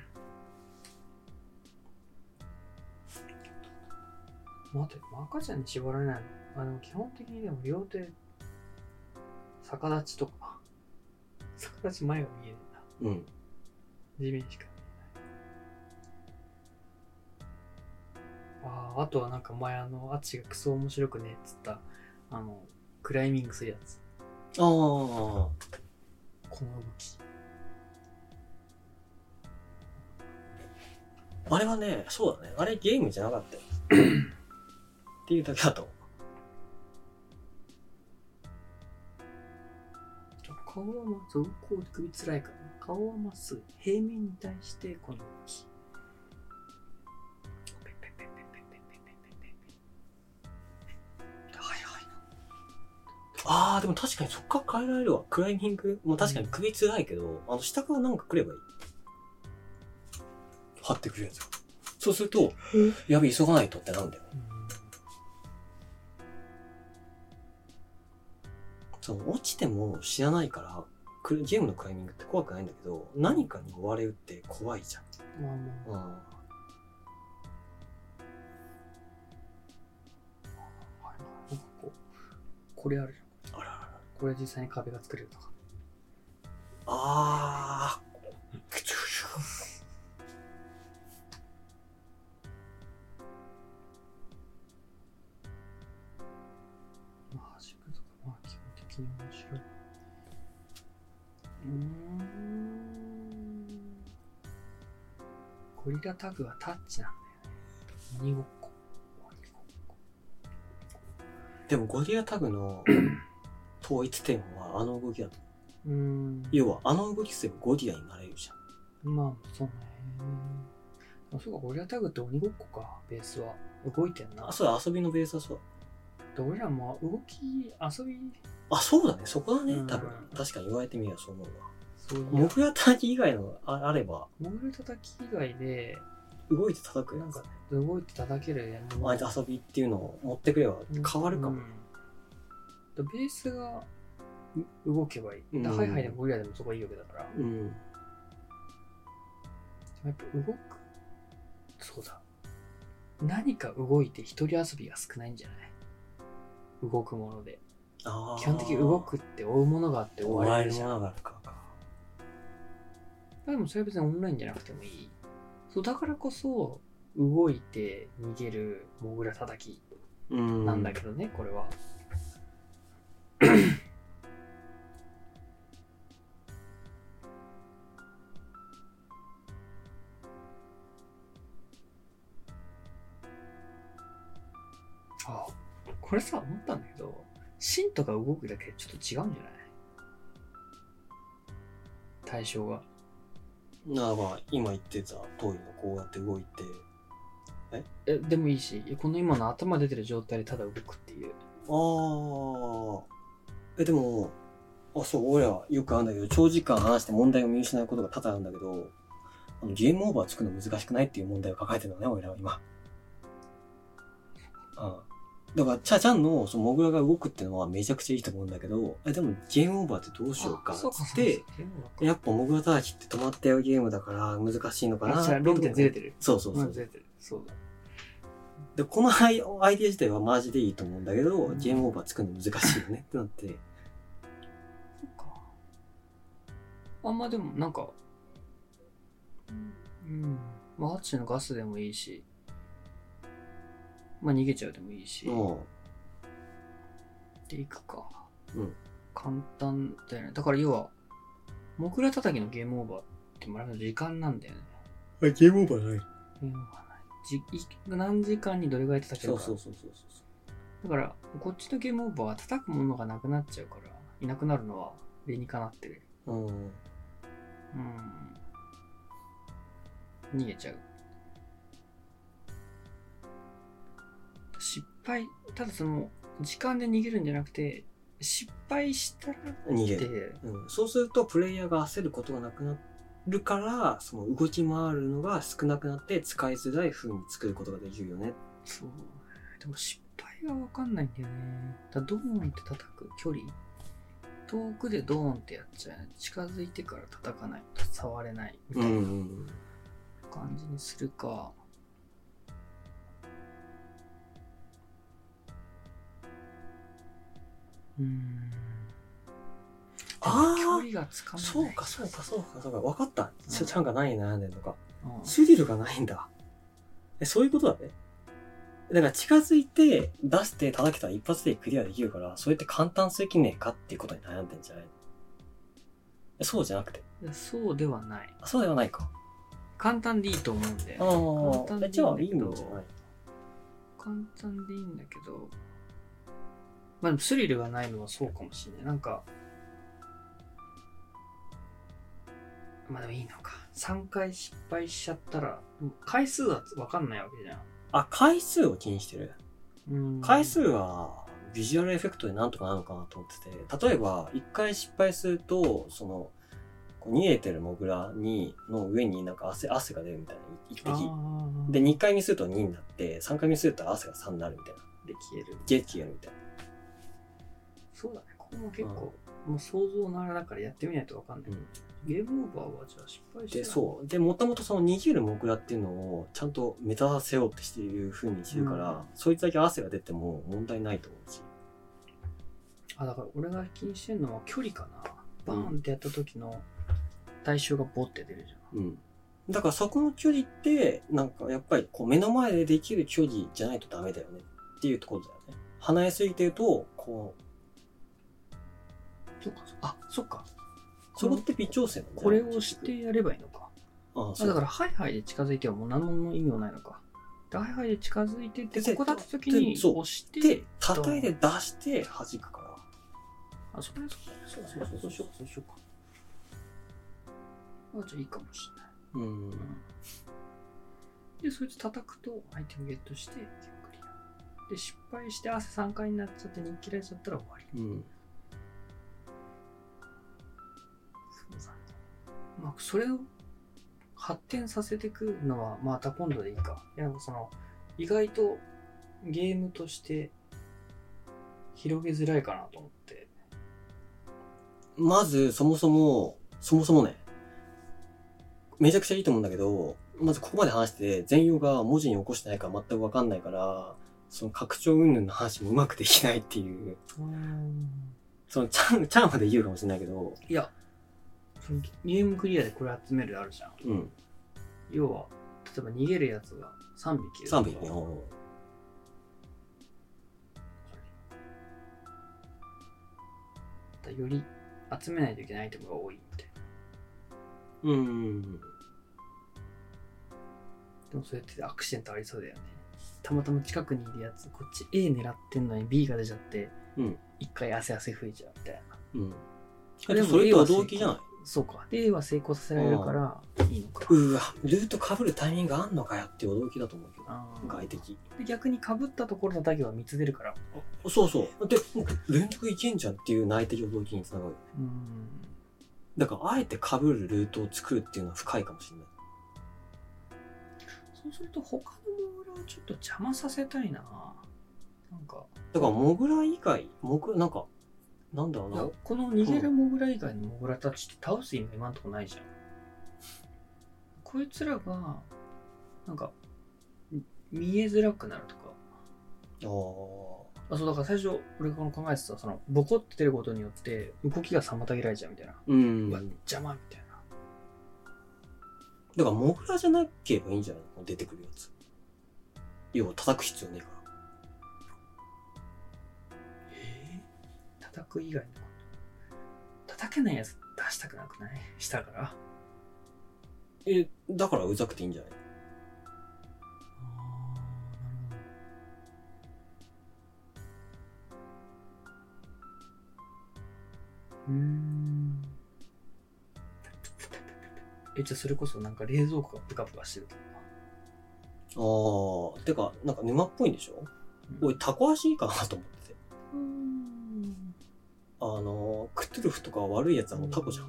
B: 待て、赤ちゃんに縛られないの？でも基本的にでも両手、逆立ちとか、逆立ち前が見えるんだ。地面しか見えない。あとはなんか前あっちがクソ面白くねえっつった、クライミングするやつ。この動き。
A: あれはね、そうだね。あれゲームじゃなかったよ。っていうだけだと。
B: 顔はまず、こう首つらいから、顔はまっすぐ、平面に対してこの動き。
A: でも確かにそっから変えられるわ。クライミングも確かに首つらいけど、下からなんか来ればいい。張ってくるやつ。そうすると、やべ、急がないとってなるんだよ。落ちても知らないから、ゲームのクライミングって怖くないんだけど、何かに追われるって怖いじゃん。
B: これあるじゃん。これ実際に壁が作れるとか。弾くとか、基本的に面白い。ゴリラタグはタッチなんだよね。鬼ごっこ。
A: でもゴリラタグの統一点は動きだと。 要は、あの動きすればゴリラになれるじゃん。
B: まあ、そうね。そうか、ゴリラタグって鬼ごっこか、ベースは。動いてんな。
A: あ、そうだ、遊びのベースはそう。
B: で俺らも動き、遊び、
A: あ、そうだね、そこだね、
B: うん
A: 多分。確かに言われてみればそう思うわ。
B: そういう。
A: モグラ叩き以外のあれば、
B: モグラ叩き以外で、
A: 動いて叩くやつ
B: なんか、動いて叩けるもの
A: あいつ遊びっていうのを持ってくれば変わるかも。
B: でベースが動けばいい。ハイハイでもゴリラでもそこはいいわけだから。やっぱ動く。そうだ。何か動いて一人遊びが少ないんじゃない？動くもので。基本的に動くって追うものがあって終わりじゃん。
A: 追われるものがあるか。
B: でもそれは別にオンラインじゃなくてもいい。そうだからこそ動いて逃げるモグラ叩きなんだけどね、これは。あ、これさ思ったんだけど、芯とか動くだけでちょっと違うんじゃない？対象が。
A: ならば今言ってた通りのこうやって動いて、
B: でもいいし、この今の頭出てる状態でただ動くっていう。
A: でも、そう、俺はよくあるんだけど、長時間話して問題を見失うことが多々あるんだけど、ゲームオーバー作るの難しくないっていう問題を抱えてるのね、俺らは今。だから、チャちゃんのそのモグラが動くっていうのはめちゃくちゃいいと思うんだけど、でもゲームオーバーってどうしようかっつって、やっぱモグラ叩きって止まってやるゲームだから難しいのかなって。
B: 論点ずれてる。
A: そう。ず
B: れてる。そうだ。
A: で、このアイデア自体はマジでいいと思うんだけど、ゲームオーバー作るの難しいよねってなって。
B: そっか。まあでもなんか、まあハッチのガスでもいいし、まあ逃げちゃうでもいいし。でいくか。簡単だよね。だから要は、モグラ叩きのゲームオーバーってもらう時間なんだよね。
A: ゲームオーバーない。
B: ゲームオーバーない。何時間にどれぐらい叩けるか。そう。だから、こっちのゲームオーバーは叩くものがなくなっちゃうから、いなくなるのは理にかなってる。逃げちゃう。失敗、ただその、時間で逃げるんじゃなくて、失敗したら
A: 逃げる。そうすると、プレイヤーが焦ることがなくなるから、その動き回るのが少なくなって使いづらい風に作ることができるよね。
B: そう。でも失敗がわかんないんだよね。ドーンって叩く距離。遠くでドーンってやっちゃう。近づいてから叩かないと触れないみたいな感じにするか。距離がつかめない。
A: そうか。わかった。ちゃんが何に悩んでんのか。スリルがないんだ。そういうことだね。だから近づいて出して叩けたら一発でクリアできるから、それって簡単すぎねえかっていうことに悩んでんじゃない？そうじゃなくて。
B: そうではない。
A: そうではないか。
B: 簡単でいいと思うんだよ。簡単でいいんだけど。
A: じゃあいいんじゃない？
B: 簡単でいいんだけど。まあでもスリルがないのはそうかもしれない。なんか、まあでもいいのか。3回失敗しちゃったら、回数は分かんないわけじゃん。
A: 回数を気にしてる。回数はビジュアルエフェクトでなんとかなるのかなと思ってて、例えば1回失敗すると、その、逃げてるモグラの上になんか汗が出るみたいな、1滴。で、2回見すると2になって、3回見すると汗が3になるみたいな。
B: で、消えるみたいな。 そうだね。ここも結構、もう想像のあれだからやってみないと分かんない。ゲームオーバーはじゃあ失敗して
A: で、もともとその逃げるモグラっていうのをちゃんと目立たせようってしている風にしてるから、そいつだけ汗が出ても問題ないと思うし。
B: だから俺が気にしてるのは距離かな。バーンってやった時の対象がボッて出るじゃん。
A: だからそこの距離って、なんかやっぱりこう目の前でできる距離じゃないとダメだよねっていうところだよね。離れすぎてると、こう、
B: そっか。
A: それって微調整なんだよ。
B: これをしてやればいいのか。だからハイハイで近づいてはもう何の意味もないのか。ハイハイで近づいてって、ここだった時に押して、
A: 叩いて出して弾くか
B: あ、それそうしようか。あ、じゃあいいかもしれない。で、そいつ叩くとアイテムゲットしてゲームクリア。で、失敗して汗3回になっちゃって日記られちゃったら終わり。そうだね。まあ、それを発展させていくのはまた今度でいいか。いや、意外とゲームとして広げづらいかなと思って。
A: まず、そもそもね、めちゃくちゃいいと思うんだけど、まずここまで話して、全容が文字に起こしてないから全くわかんないから、その拡張云々の話もうまくできないっていう。チャンまで言うかもしれないけど。
B: いや、ゲームクリアでこれ集めるあるじゃん。要は、例えば逃げるやつが3匹いる。
A: 3匹ね。
B: より集めないといけないアイテムが多いみたいな。でもそれってアクシデントありそうだよね。たまたま近くにいるやつ、こっち A 狙ってんのに B が出ちゃって、一回汗吹いちゃうみたいな。
A: でもそれとは同期じゃない？
B: そうか。で A は成功させられるからいいのか。
A: うわ、ルート被るタイミングあんのかよって驚きだと思うけど。外敵。
B: で、逆に被ったところだけは3つ出るから。
A: そうそう。で、連続いけんじゃんっていう内的驚きにつながる。だから、あえて被るルートを作るっていうのは深いかもしれない。
B: そうすると、他のモグラをちょっと邪魔させたいな。なんか。
A: だから、モグラ以外、なんか、なんだろうな。
B: この逃げるモグラ以外のモグラたちって倒す意味今んとこないじゃん。こいつらが、なんか、見えづらくなるとか。そう、だから最初、俺が考えてた、ボコって出ることによって、動きが妨げられちゃうみたいな。邪魔みたいな。
A: だから、モグラじゃなければいいんじゃないの？出てくるやつ。要は、叩く必要ねえから。
B: 叩く以外のこと。叩けないやつ出したくなくない？したから。
A: だからうざくていいんじゃない？
B: じゃあそれこそなんか冷蔵庫がプカプカしてると
A: か。てか、なんか沼っぽいんでしょ？俺、タコ足いいかなと思ってて。クトゥルフとか悪いやつはもうタコじゃん。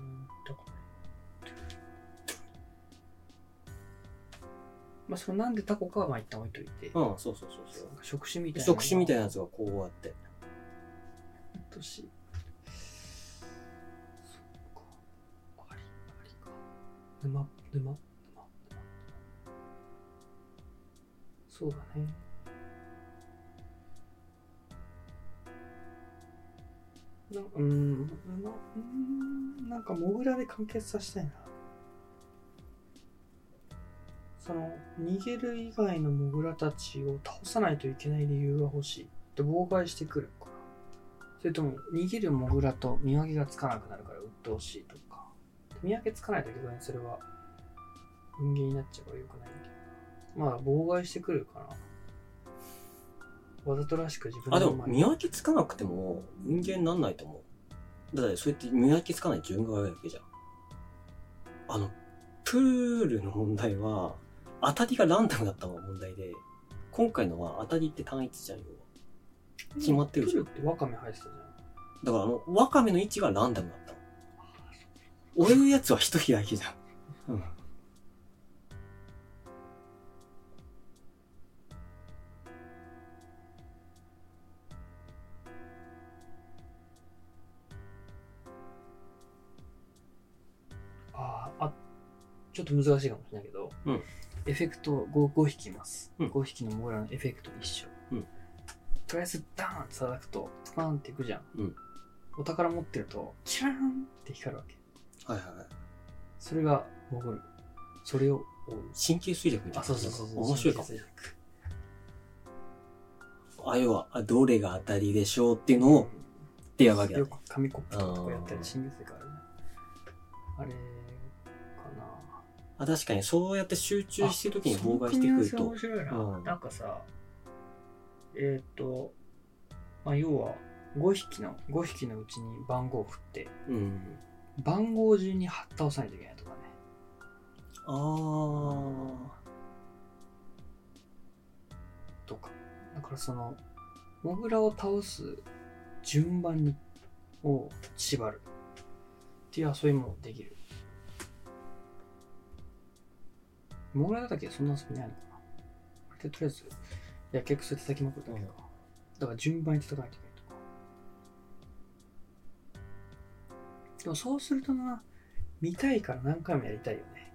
B: まあ、なんでタコかはまあ一旦置いといて。
A: そう。
B: 触手みたいな。
A: 触手みたいなやつがこうやって。
B: そっか。ありか。沼。そうだね。なんかモグラで完結させたいな。逃げる以外のモグラたちを倒さないといけない理由が欲しい。で、妨害してくるのかな。それとも、逃げるモグラと見分けがつかなくなるから鬱陶しいとか。見分けつかないと逆にそれは人間になっちゃうから良くないんだけど。まあ、妨害してくるかな。わざとらしく自分の
A: でも見分けつかなくても人間になんないと思う。だってそうやって見分けつかない自分が悪いわけじゃん。プールの問題は当たりがランダムだったのが問題で、今回のは当たりって単一じゃんよ。決まってるじゃん。
B: プールってワカメ入ってたじゃん。
A: だからワカメの位置がランダムだったの。俺のやつは一人だけじゃん。
B: ちょっと難しいかもしれないけど、エフェクト 5匹います。5匹のモグラのエフェクト一緒。とりあえずダーンって叩くと、パーンっていくじゃん。お宝持ってると、キラーンって光るわけ。それが潜る。それを追う。
A: 神経衰弱みたいな。
B: そう。
A: 面白いかも。要は、どれが当たりでしょうっていうのを、ってやるわけだ、ね。
B: よく紙コップとかやったり、神経衰弱あるね。あれ、
A: 確かにそうやって集中してる時に妨害してくると。
B: 面白いな。なんかさ、要は、 5匹のうちに番号を振って、
A: うん。
B: 番号順に倒さないといけないとかね。とか。だからその、モグラを倒す順番を縛るっていう遊びもできる。モグラだったっけそんな遊びないのかな。あれでとりあえず、やけくそで叩きまくるだけど、だから順番に叩かないといけないとか。でもそうするとな、見たいから何回もやりたいよね。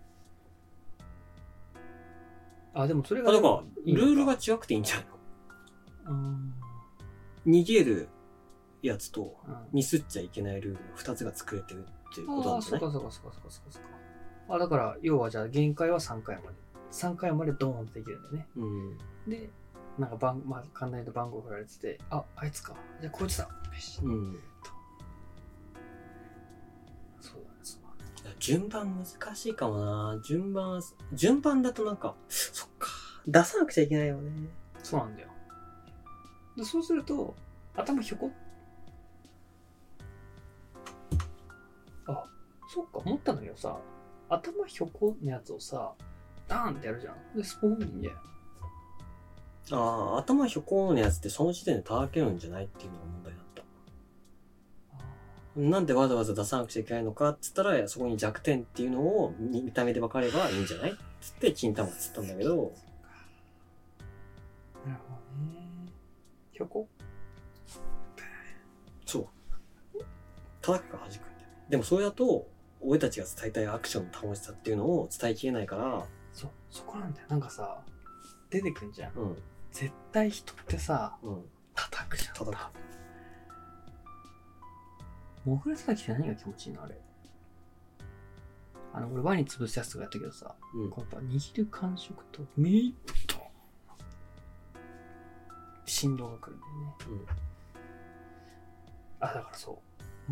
B: あ、でもそれが
A: だから
B: いいのか
A: ルールが違くていいんじゃないの？逃げるやつとミスっちゃいけないルールの2つが作れてるっていうことなんじゃない？
B: そうか。あ、だから要はじゃあ限界は3回まで。3回までドーンとできるんだよね。
A: うん。
B: で、なんか簡単に言うと番号振られてて、あいつか。じゃあこいつだ。よし。
A: うん。
B: そうだね。
A: 順番難しいかもな。順番だとなんか、そっか。出さなくちゃいけないよね。
B: そうなんだよ。でそうすると、頭ひょこそっか、思ったんだけどさ、頭ひょこのやつをさ、ダーンってやるじゃん。で、スポーンでいいんだよ。
A: 頭ひょこのやつってその時点で叩けるんじゃないっていうのが問題だった。なんでわざわざ出さなくちゃいけないのかって言ったら、そこに弱点っていうのを見た目で分かればいいんじゃないって言って金玉っつったんだけど。
B: なるほどね。ひょこ
A: そう。叩くか弾くんだよね。でもそれだと、俺たちが伝えたいアクションの楽しさっていうのを伝えきれないから。
B: そこなんだよ。なんかさ、出てくんじゃん。
A: うん。
B: 絶対人ってさ、
A: うん。
B: 叩くじゃん。
A: 叩く。
B: モグラ叩きって何が気持ちいいのあれ。俺ワニ潰すやつとかやったけどさ、こうやっぱ握る感触とメイッと振動が来るんだよね。だからそう。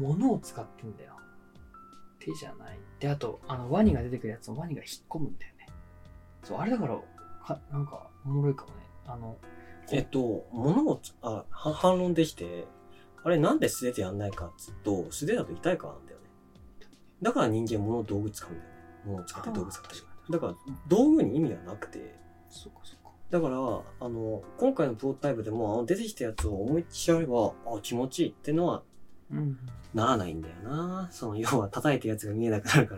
B: 物を使ってんだよ。手じゃない。で、あと、ワニが出てくるやつをワニが引っ込むんだよね。そう、あれだから、なんか、おもろいかもね。
A: 物を、反論できて、あれなんで素手でやんないかっつうと、素手だと痛いからなんだよね。だから人間物を道具使うんだよね。物を使って道具使ってる。だから、道具に意味はなくて。
B: そうか。
A: だから、今回のプロトタイプでも、出てきたやつを思いっきりやれば、気持ちいいってのは、ならないんだよな。要は叩いたやつが見えなくなるから。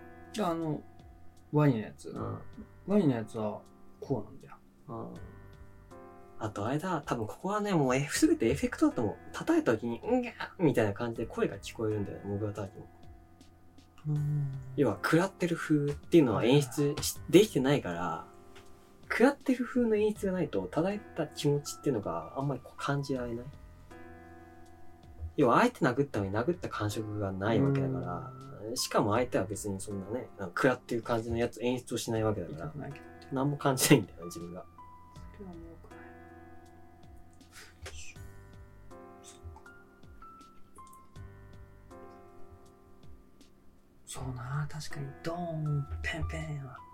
B: ワニのやつ。ワニのやつは、こうなんだよ。
A: あとあれだ、多分ここはね、もうすべてエフェクトだと思う。叩いた時に、みたいな感じで声が聞こえるんだよね、モグラ叩きも。要は、食らってる風っていうのは演出できてないから、食らってる風の演出がないと、叩いた気持ちっていうのがあんまり感じられない。要は、相手殴ったのに殴った感触がないわけだから、しかも相手は別にそんなね、食らってる感じのやつ演出をしないわけだから、何も感じないんだよね、自分が。
B: それはもうよくない。そうな、確かにドーン、ペンペンは。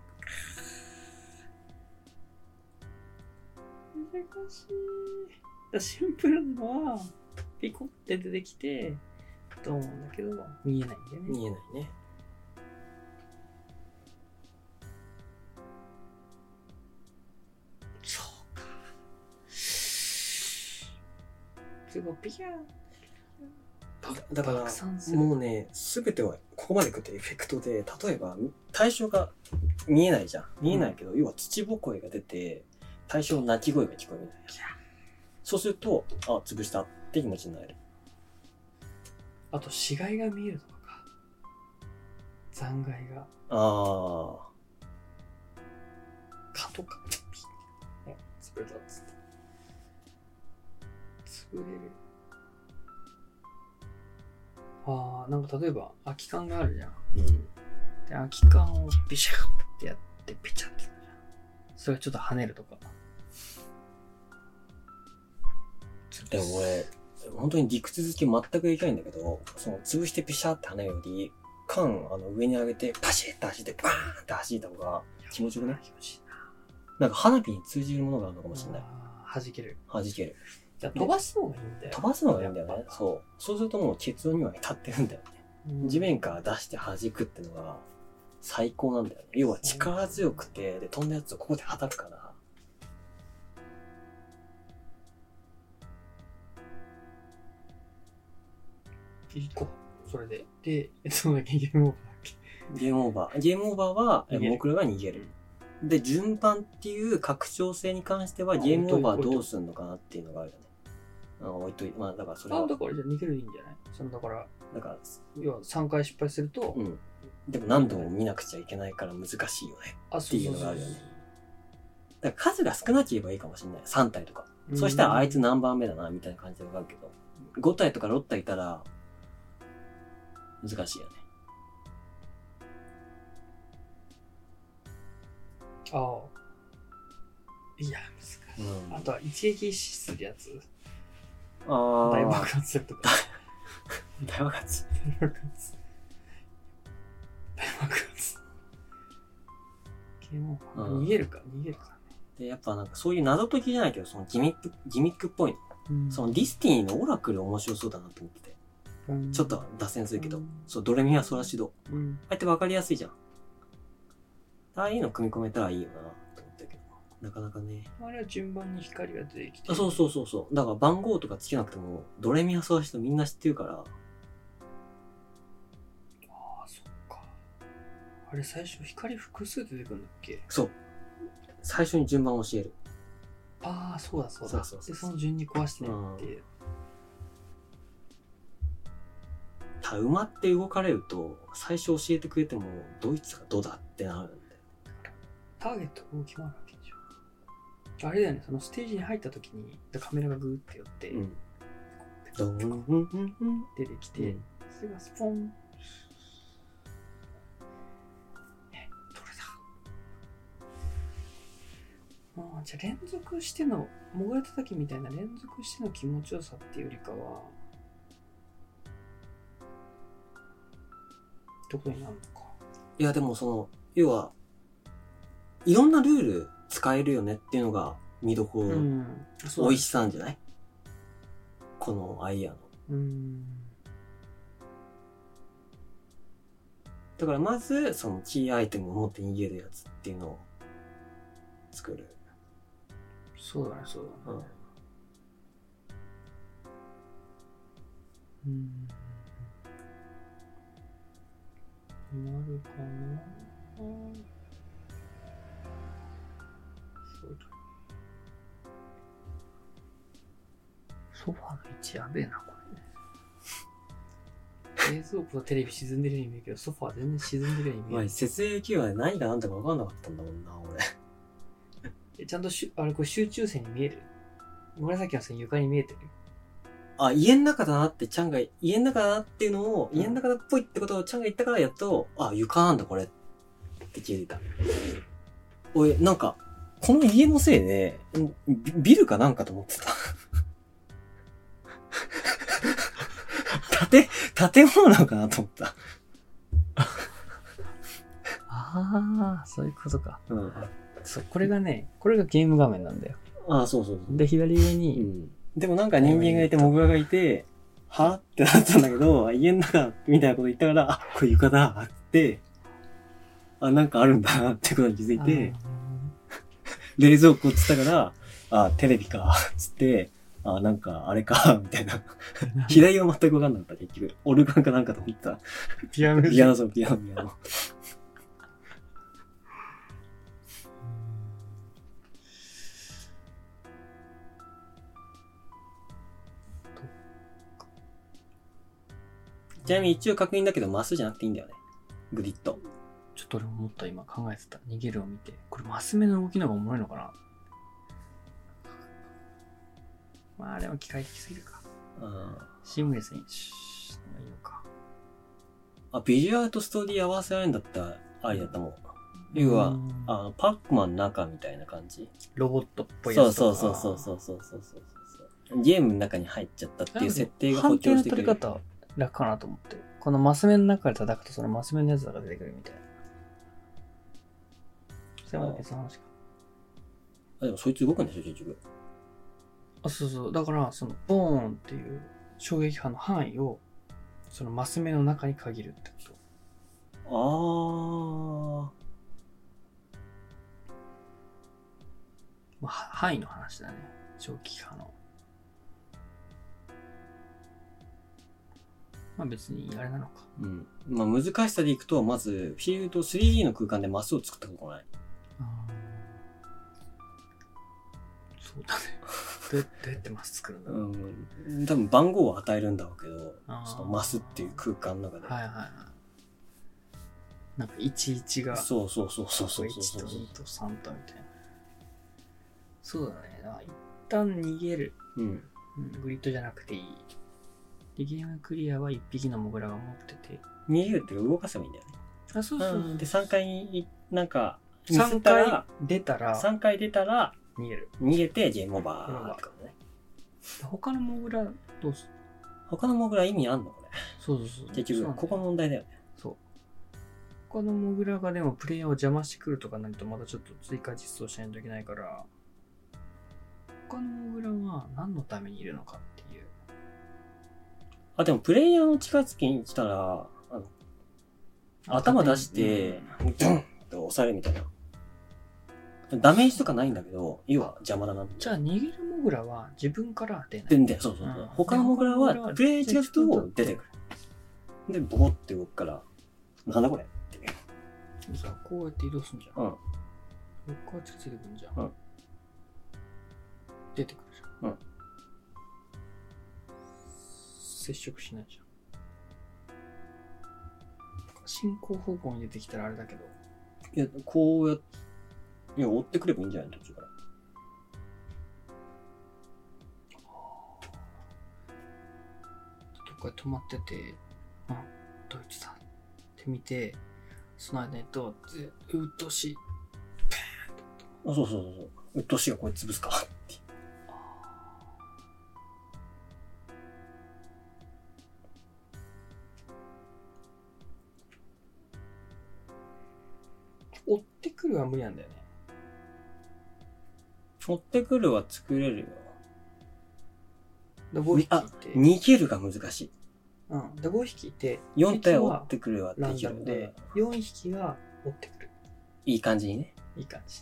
B: 難しい。シンプルなのは、ピコって出てきて、ドーンだけど、見えないんだよね。
A: 見えないね。
B: そうか。すごい、ピャー。
A: だから、もうね、すべてはここまで来てエフェクトで、例えば、対象が見えないじゃん。見えないけど、要は土ぼこりが出て、対象の鳴き声が聞こえるみたいな。そうすると、潰したって気持ちになる。
B: あと、死骸が見えるとかか。残骸が。蚊とか、潰れたっつって。潰れる。なんか例えば空き缶があるじゃん。で、空き缶をビシャーってやってペチャってなるじゃん。それがちょっと跳ねるとか。
A: でも俺、本当に理屈付け全くできないんだけど、潰してピシャーって跳ねるより、缶上に上げてパシッって走ってバーンって走った方が気持ちよくない？気持ちいいな。なんか花火に通じるものがあるのかもしれない。
B: 弾ける。
A: 弾ける。
B: じゃあ飛ばすのがいいんだよ。
A: 飛ばすのがいいんだよね。そう。そうするともう結論には至ってるんだよね。地面から出して弾くってのが最高なんだよね。要は力強くて、で、飛んだやつをここで叩くから。
B: 行こう。それで。で、そのだけゲームオーバーだっけ。
A: ゲームオーバー。ゲームオーバーは、
B: 逃げる
A: モクロが逃げる。で、順番っていう拡張性に関しては、ゲームオーバーどうするのかなっていうのがあるよね。置いといて、まあ、だからそれは。
B: だからじゃあ逃げるでいいんじゃない？だから、要は3回失敗すると、
A: うん。でも何度も見なくちゃいけないから難しいよね。っていうのがあるよね。だから数が少なければいいかもしれない。3体とか。そしたらあいつ何番目だな、みたいな感じでわかるけど、5体とか6体いたら、難しいよね。
B: ああ。いや、難しい。あとは一撃死するやつ。
A: ああ。
B: 大爆発するとか。
A: 大爆発。
B: 大爆発。逃げるかね。
A: で、やっぱなんかそういう謎解きじゃないけど、そのギミックっぽいの。そのディスティニーのオラクル面白そうだなと思ってて。ちょっと脱線するけど、そう、ドレミファソラシド。あえて分かりやすいじゃん。ああいうの組み込めたらいいよなと思ったけど、なかなかね。
B: あれは順番に光が出てきて。
A: そう。だから番号とかつけなくても、ドレミファソラシドみんな知ってるから。あ
B: あ、そっか。あれ最初光複数出てくるんだっけ？
A: そう。最初に順番を教える。
B: ああ、そうだ。
A: そう
B: で、その順に壊してねって。
A: 馬って動かれると、最初教えてくれても、ドイツがどうだってなるんだよ。
B: ターゲットが決まるわけでしょ。あれだよね、そのステージに入った時に、カメラがグーって寄って、出てきて、それがスポン。どれだ？じゃあ連続しての、潜れた時みたいな連続しての気持ちよさっていうよりかは、どこになるのか。
A: いや、でも要は、いろんなルール使えるよねっていうのが見どころ、美味しさなんじゃない？このアイアの。だからまず、そのキーアイテムを持って逃げるやつっていうのを作る。
B: そうだね。なるかな。そうだ。ソファーの位置やべえな、これ。冷蔵庫とテレビ沈んでるように見えるけど、ソファー全然沈んでるように見える。
A: お前、設営機は何が何だか分かんなかったんだもんな、
B: 俺。ちゃんとこれ集中線に見える？紫の線床に見えてる？
A: あ、家の中だなってちゃんが、家の中だなっていうのを、家の中だっぽいってことをちゃんが言ったからやっと、あ、床なんだこれって気づいた。俺、なんか、この家のせいで、ビルかなんかと思ってた。建物なのかなと思った。
B: ああ、そういうことか。そう、これがゲーム画面なんだよ。
A: ああ、そう。
B: で、左上に、
A: でもなんか人間がいて、モグラがいて、はってなったんだけど、家の中みたいなこと言ったから、あ、これ床だって、あ、なんかあるんだなってことに気づいて、冷蔵庫っつったから、あ、テレビか、つって、あ、なんかあれか、みたいな。左は全く分かんなかった、結局。オルガンかなんかと思った。ピアノ。ちなみに一応確認だけど、マスじゃなくていいんだよね。グリッド。
B: ちょっと俺思った、今考えてた。逃げるを見て。これマス目の動きの方がおもろいのかな？まあでも機械的すぎるか。シームレスにいいのか。
A: あ、ビジュアルとストーリー合わせられるんだったらありだったもん。要は、パックマンの中みたいな感じ。
B: ロボットっぽいやつとか。
A: そう。ゲームの中に入っちゃったっていう設定が
B: 補強してくれる。判定の取り方楽かなと思って。このマス目の中で叩くとそのマス目のやつが出てくるみたいな。それまで別の話か。
A: でもそいつ動くんでしょ、結局。
B: そうそう。だから、その、ボーンっていう衝撃波の範囲を、そのマス目の中に限るってこと。まあ、範囲の話だね。衝撃波の。まあ別にあれなのか。
A: うん。まあ難しさでいくと、まず、フィールド 3D の空間でマスを作ったことがない。
B: そうだね。どうやってマス作るんだろう。
A: 多分番号を与えるんだろうけど、そのマスっていう空間の中で。
B: はいはいはい。なんか11が。
A: そう。
B: 1と2と3とみたいな。そうだね。一旦逃げる。グリッドじゃなくていい。で、ゲームクリアは1匹のモグラが持ってて。
A: 逃げるっていうか動かせばいいんだよね。
B: そう。
A: で、3回、なんか、
B: 3回出たら、逃げる。
A: 逃げてゲームオーバーってことね。
B: 他のモグラどうする？
A: 他のモグラ意味あんのこれ。
B: そう。
A: 結局、ここの問題だよね。
B: そう。他のモグラがでもプレイヤーを邪魔してくるとかなるとまたちょっと追加実装しないといけないから、他のモグラは何のためにいるのかっていう。
A: でもプレイヤーの近づきに来たら、頭出して、ドンって押されるみたいな。ダメージとかないんだけど、要は邪魔だな。
B: じゃあ逃げるモグラは自分から出ない。
A: 出んだよ、そう。他のモグラはプレイヤー近づくと出てくる。で、ボコって動くから、なんだこれっていう。
B: さ、こうやって移動すんじゃん。こうやってついてくるんじゃん。出てくるじゃん。接触しないじゃん。進行方向に出てきたらあれだけど。
A: いや、こうやって、追ってくればいいんじゃないの途中から。
B: どっかで止まってて、ドイツだって見て、その間にうっとしい。
A: そう。うっとしいがこれ潰すかって。
B: 追ってくるは無理なんだよね。
A: 追ってくるは作れるよ。
B: で、5匹いて。
A: 逃げるが難しい。
B: で、5匹いて。
A: 4体追ってくるはできる。
B: で、4匹が追ってくる。
A: いい感じにね。
B: いい感じ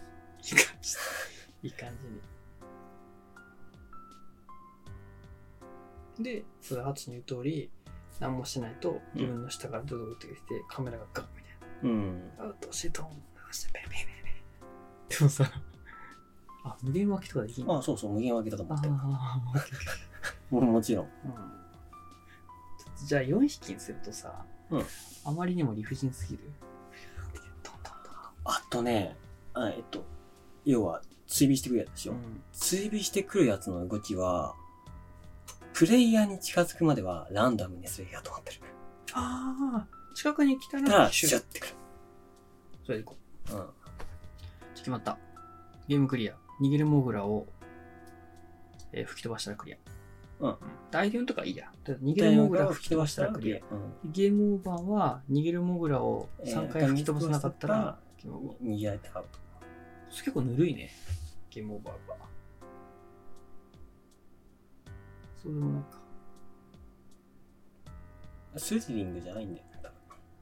B: に。で、それハツに言う通り、何もしないと自分の下からドドドってきて、カメラがガッみたいな。うっとしいと思う。ペペペペ。でもさ、無限分けとかできんの？
A: そう、無限分けだと思って。もちろん。
B: じゃあ4匹にするとさ、あまりにも理不尽すぎる。
A: 要は、追尾してくるやつでしょ。追尾してくるやつの動きは、プレイヤーに近づくまではランダムにするやと思ってる。
B: 近くに来たら、
A: シュッてくる。
B: それでいこう。決まった。ゲームクリア。逃げるモグラを、吹き飛ばしたらクリア。アイテムとかいいや。逃げるモグラを吹き飛ばしたらクリア。ゲームオーバーは、逃げるモグラを3回吹き飛ばさなかったら、
A: 逃げられてアウト。
B: 結構ぬるいね。ゲームオーバーが。そうでもないか。
A: スリリングじゃないんだよね、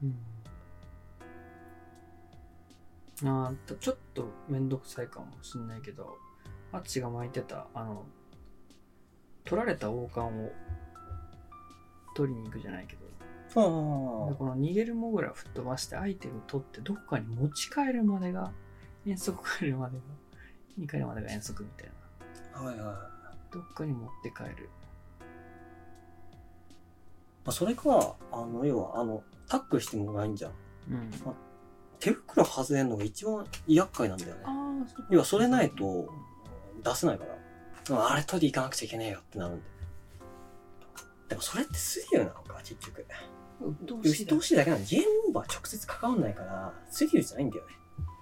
A: 多分。
B: ちょっとめんどくさいかもしんないけど、あっちが巻いてた、取られた王冠を取りに行くじゃないけど、この逃げるモグラ吹っ飛ばしてアイテム取ってどこかに持ち帰るまでが遠足帰るまでが家に帰るまでが遠足みたいな。どっかに持って帰る。
A: それか、要は、タックしてもないんじゃん。手袋外れるのが一番厄介なんだよね。要はそれないと出せないから。あれ取り行かなくちゃいけねえよってなるんだよ。でもそれってスリルなのか、結局。うっとうしいだけなの。ゲームオーバー直接関わんないから、スリルじゃないんだよね。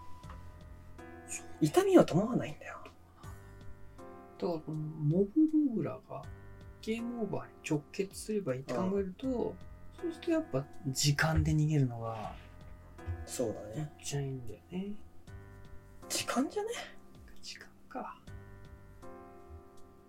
A: 痛みは伴わないんだよ。
B: だから、モブモグラがゲームオーバーに直結すればいいって考えると、そうするとやっぱ時間で逃げるのが、
A: そうだね。
B: めっちゃいいんだよね。
A: 時間じゃね？
B: 時間か。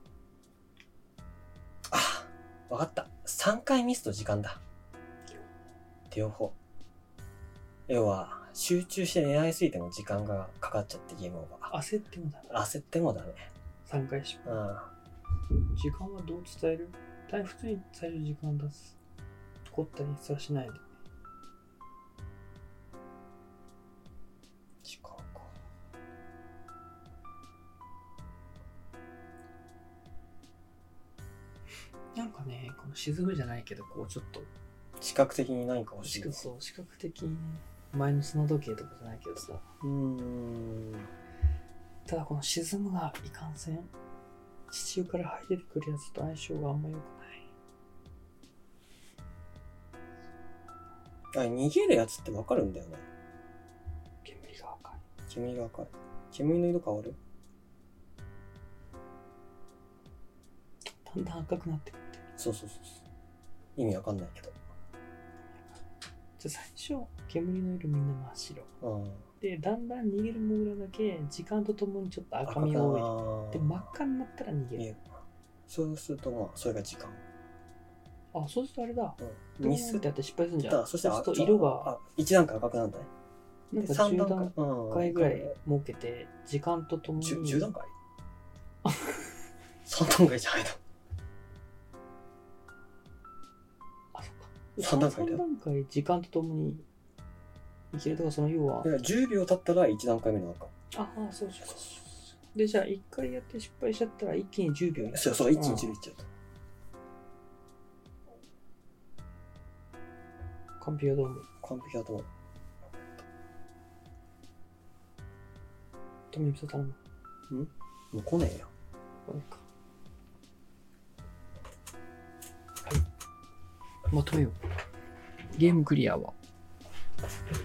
A: わかった。3回ミスと時間だ。両方。要は、集中して狙いすぎても時間がかかっちゃってゲームオーバー。
B: 焦ってもダメ。
A: 焦ってもダメ。
B: 3回失敗。時間はどう伝える？普通に最初時間出す。怒ったりさしないで。
A: 時間か。
B: なんかね、この沈むじゃないけど、こうちょっと
A: 視覚的に何か欲しい。
B: そう、視覚的にね、前の砂時計とかじゃないけどさ。ただこの沈むがいかんせん、地中から這い出てくるやつと相性があんま良くない。
A: 逃げるやつって分かるんだよね。
B: 煙が赤い。
A: 煙が赤い。煙の色変わる？
B: だんだん赤くなってくる。
A: そう。意味わかんないけど。
B: じゃあ最初、煙の色みんな真っ白。で、だんだん逃げるモグラだけ時間とともにちょっと赤みが多い。で、真っ赤になったら逃げる。
A: そうすると、まあ、それが時間。
B: あ、そうするとあれだ。
A: ミス
B: ってやって失敗するんじゃん。
A: そしたら
B: 色が
A: 1段階赤くなるんだね。
B: なんか10段階ぐらい設けて、時間とともに。
A: 10段階 ?3 段階じゃないの。
B: あ、そっか。3段階時間とともにいけるとか、その要は。
A: 10秒経ったら1段階目の赤。
B: あ、そう。で、じゃあ1回やって失敗しちゃったら一気に10秒いっちゃう。
A: そう、一気に10秒いっちゃうと。
B: 完璧だと思う。トミーさん頼む。
A: もう来ねえよ。
B: 来ねえか。はい。まとめよう。ゲームクリアは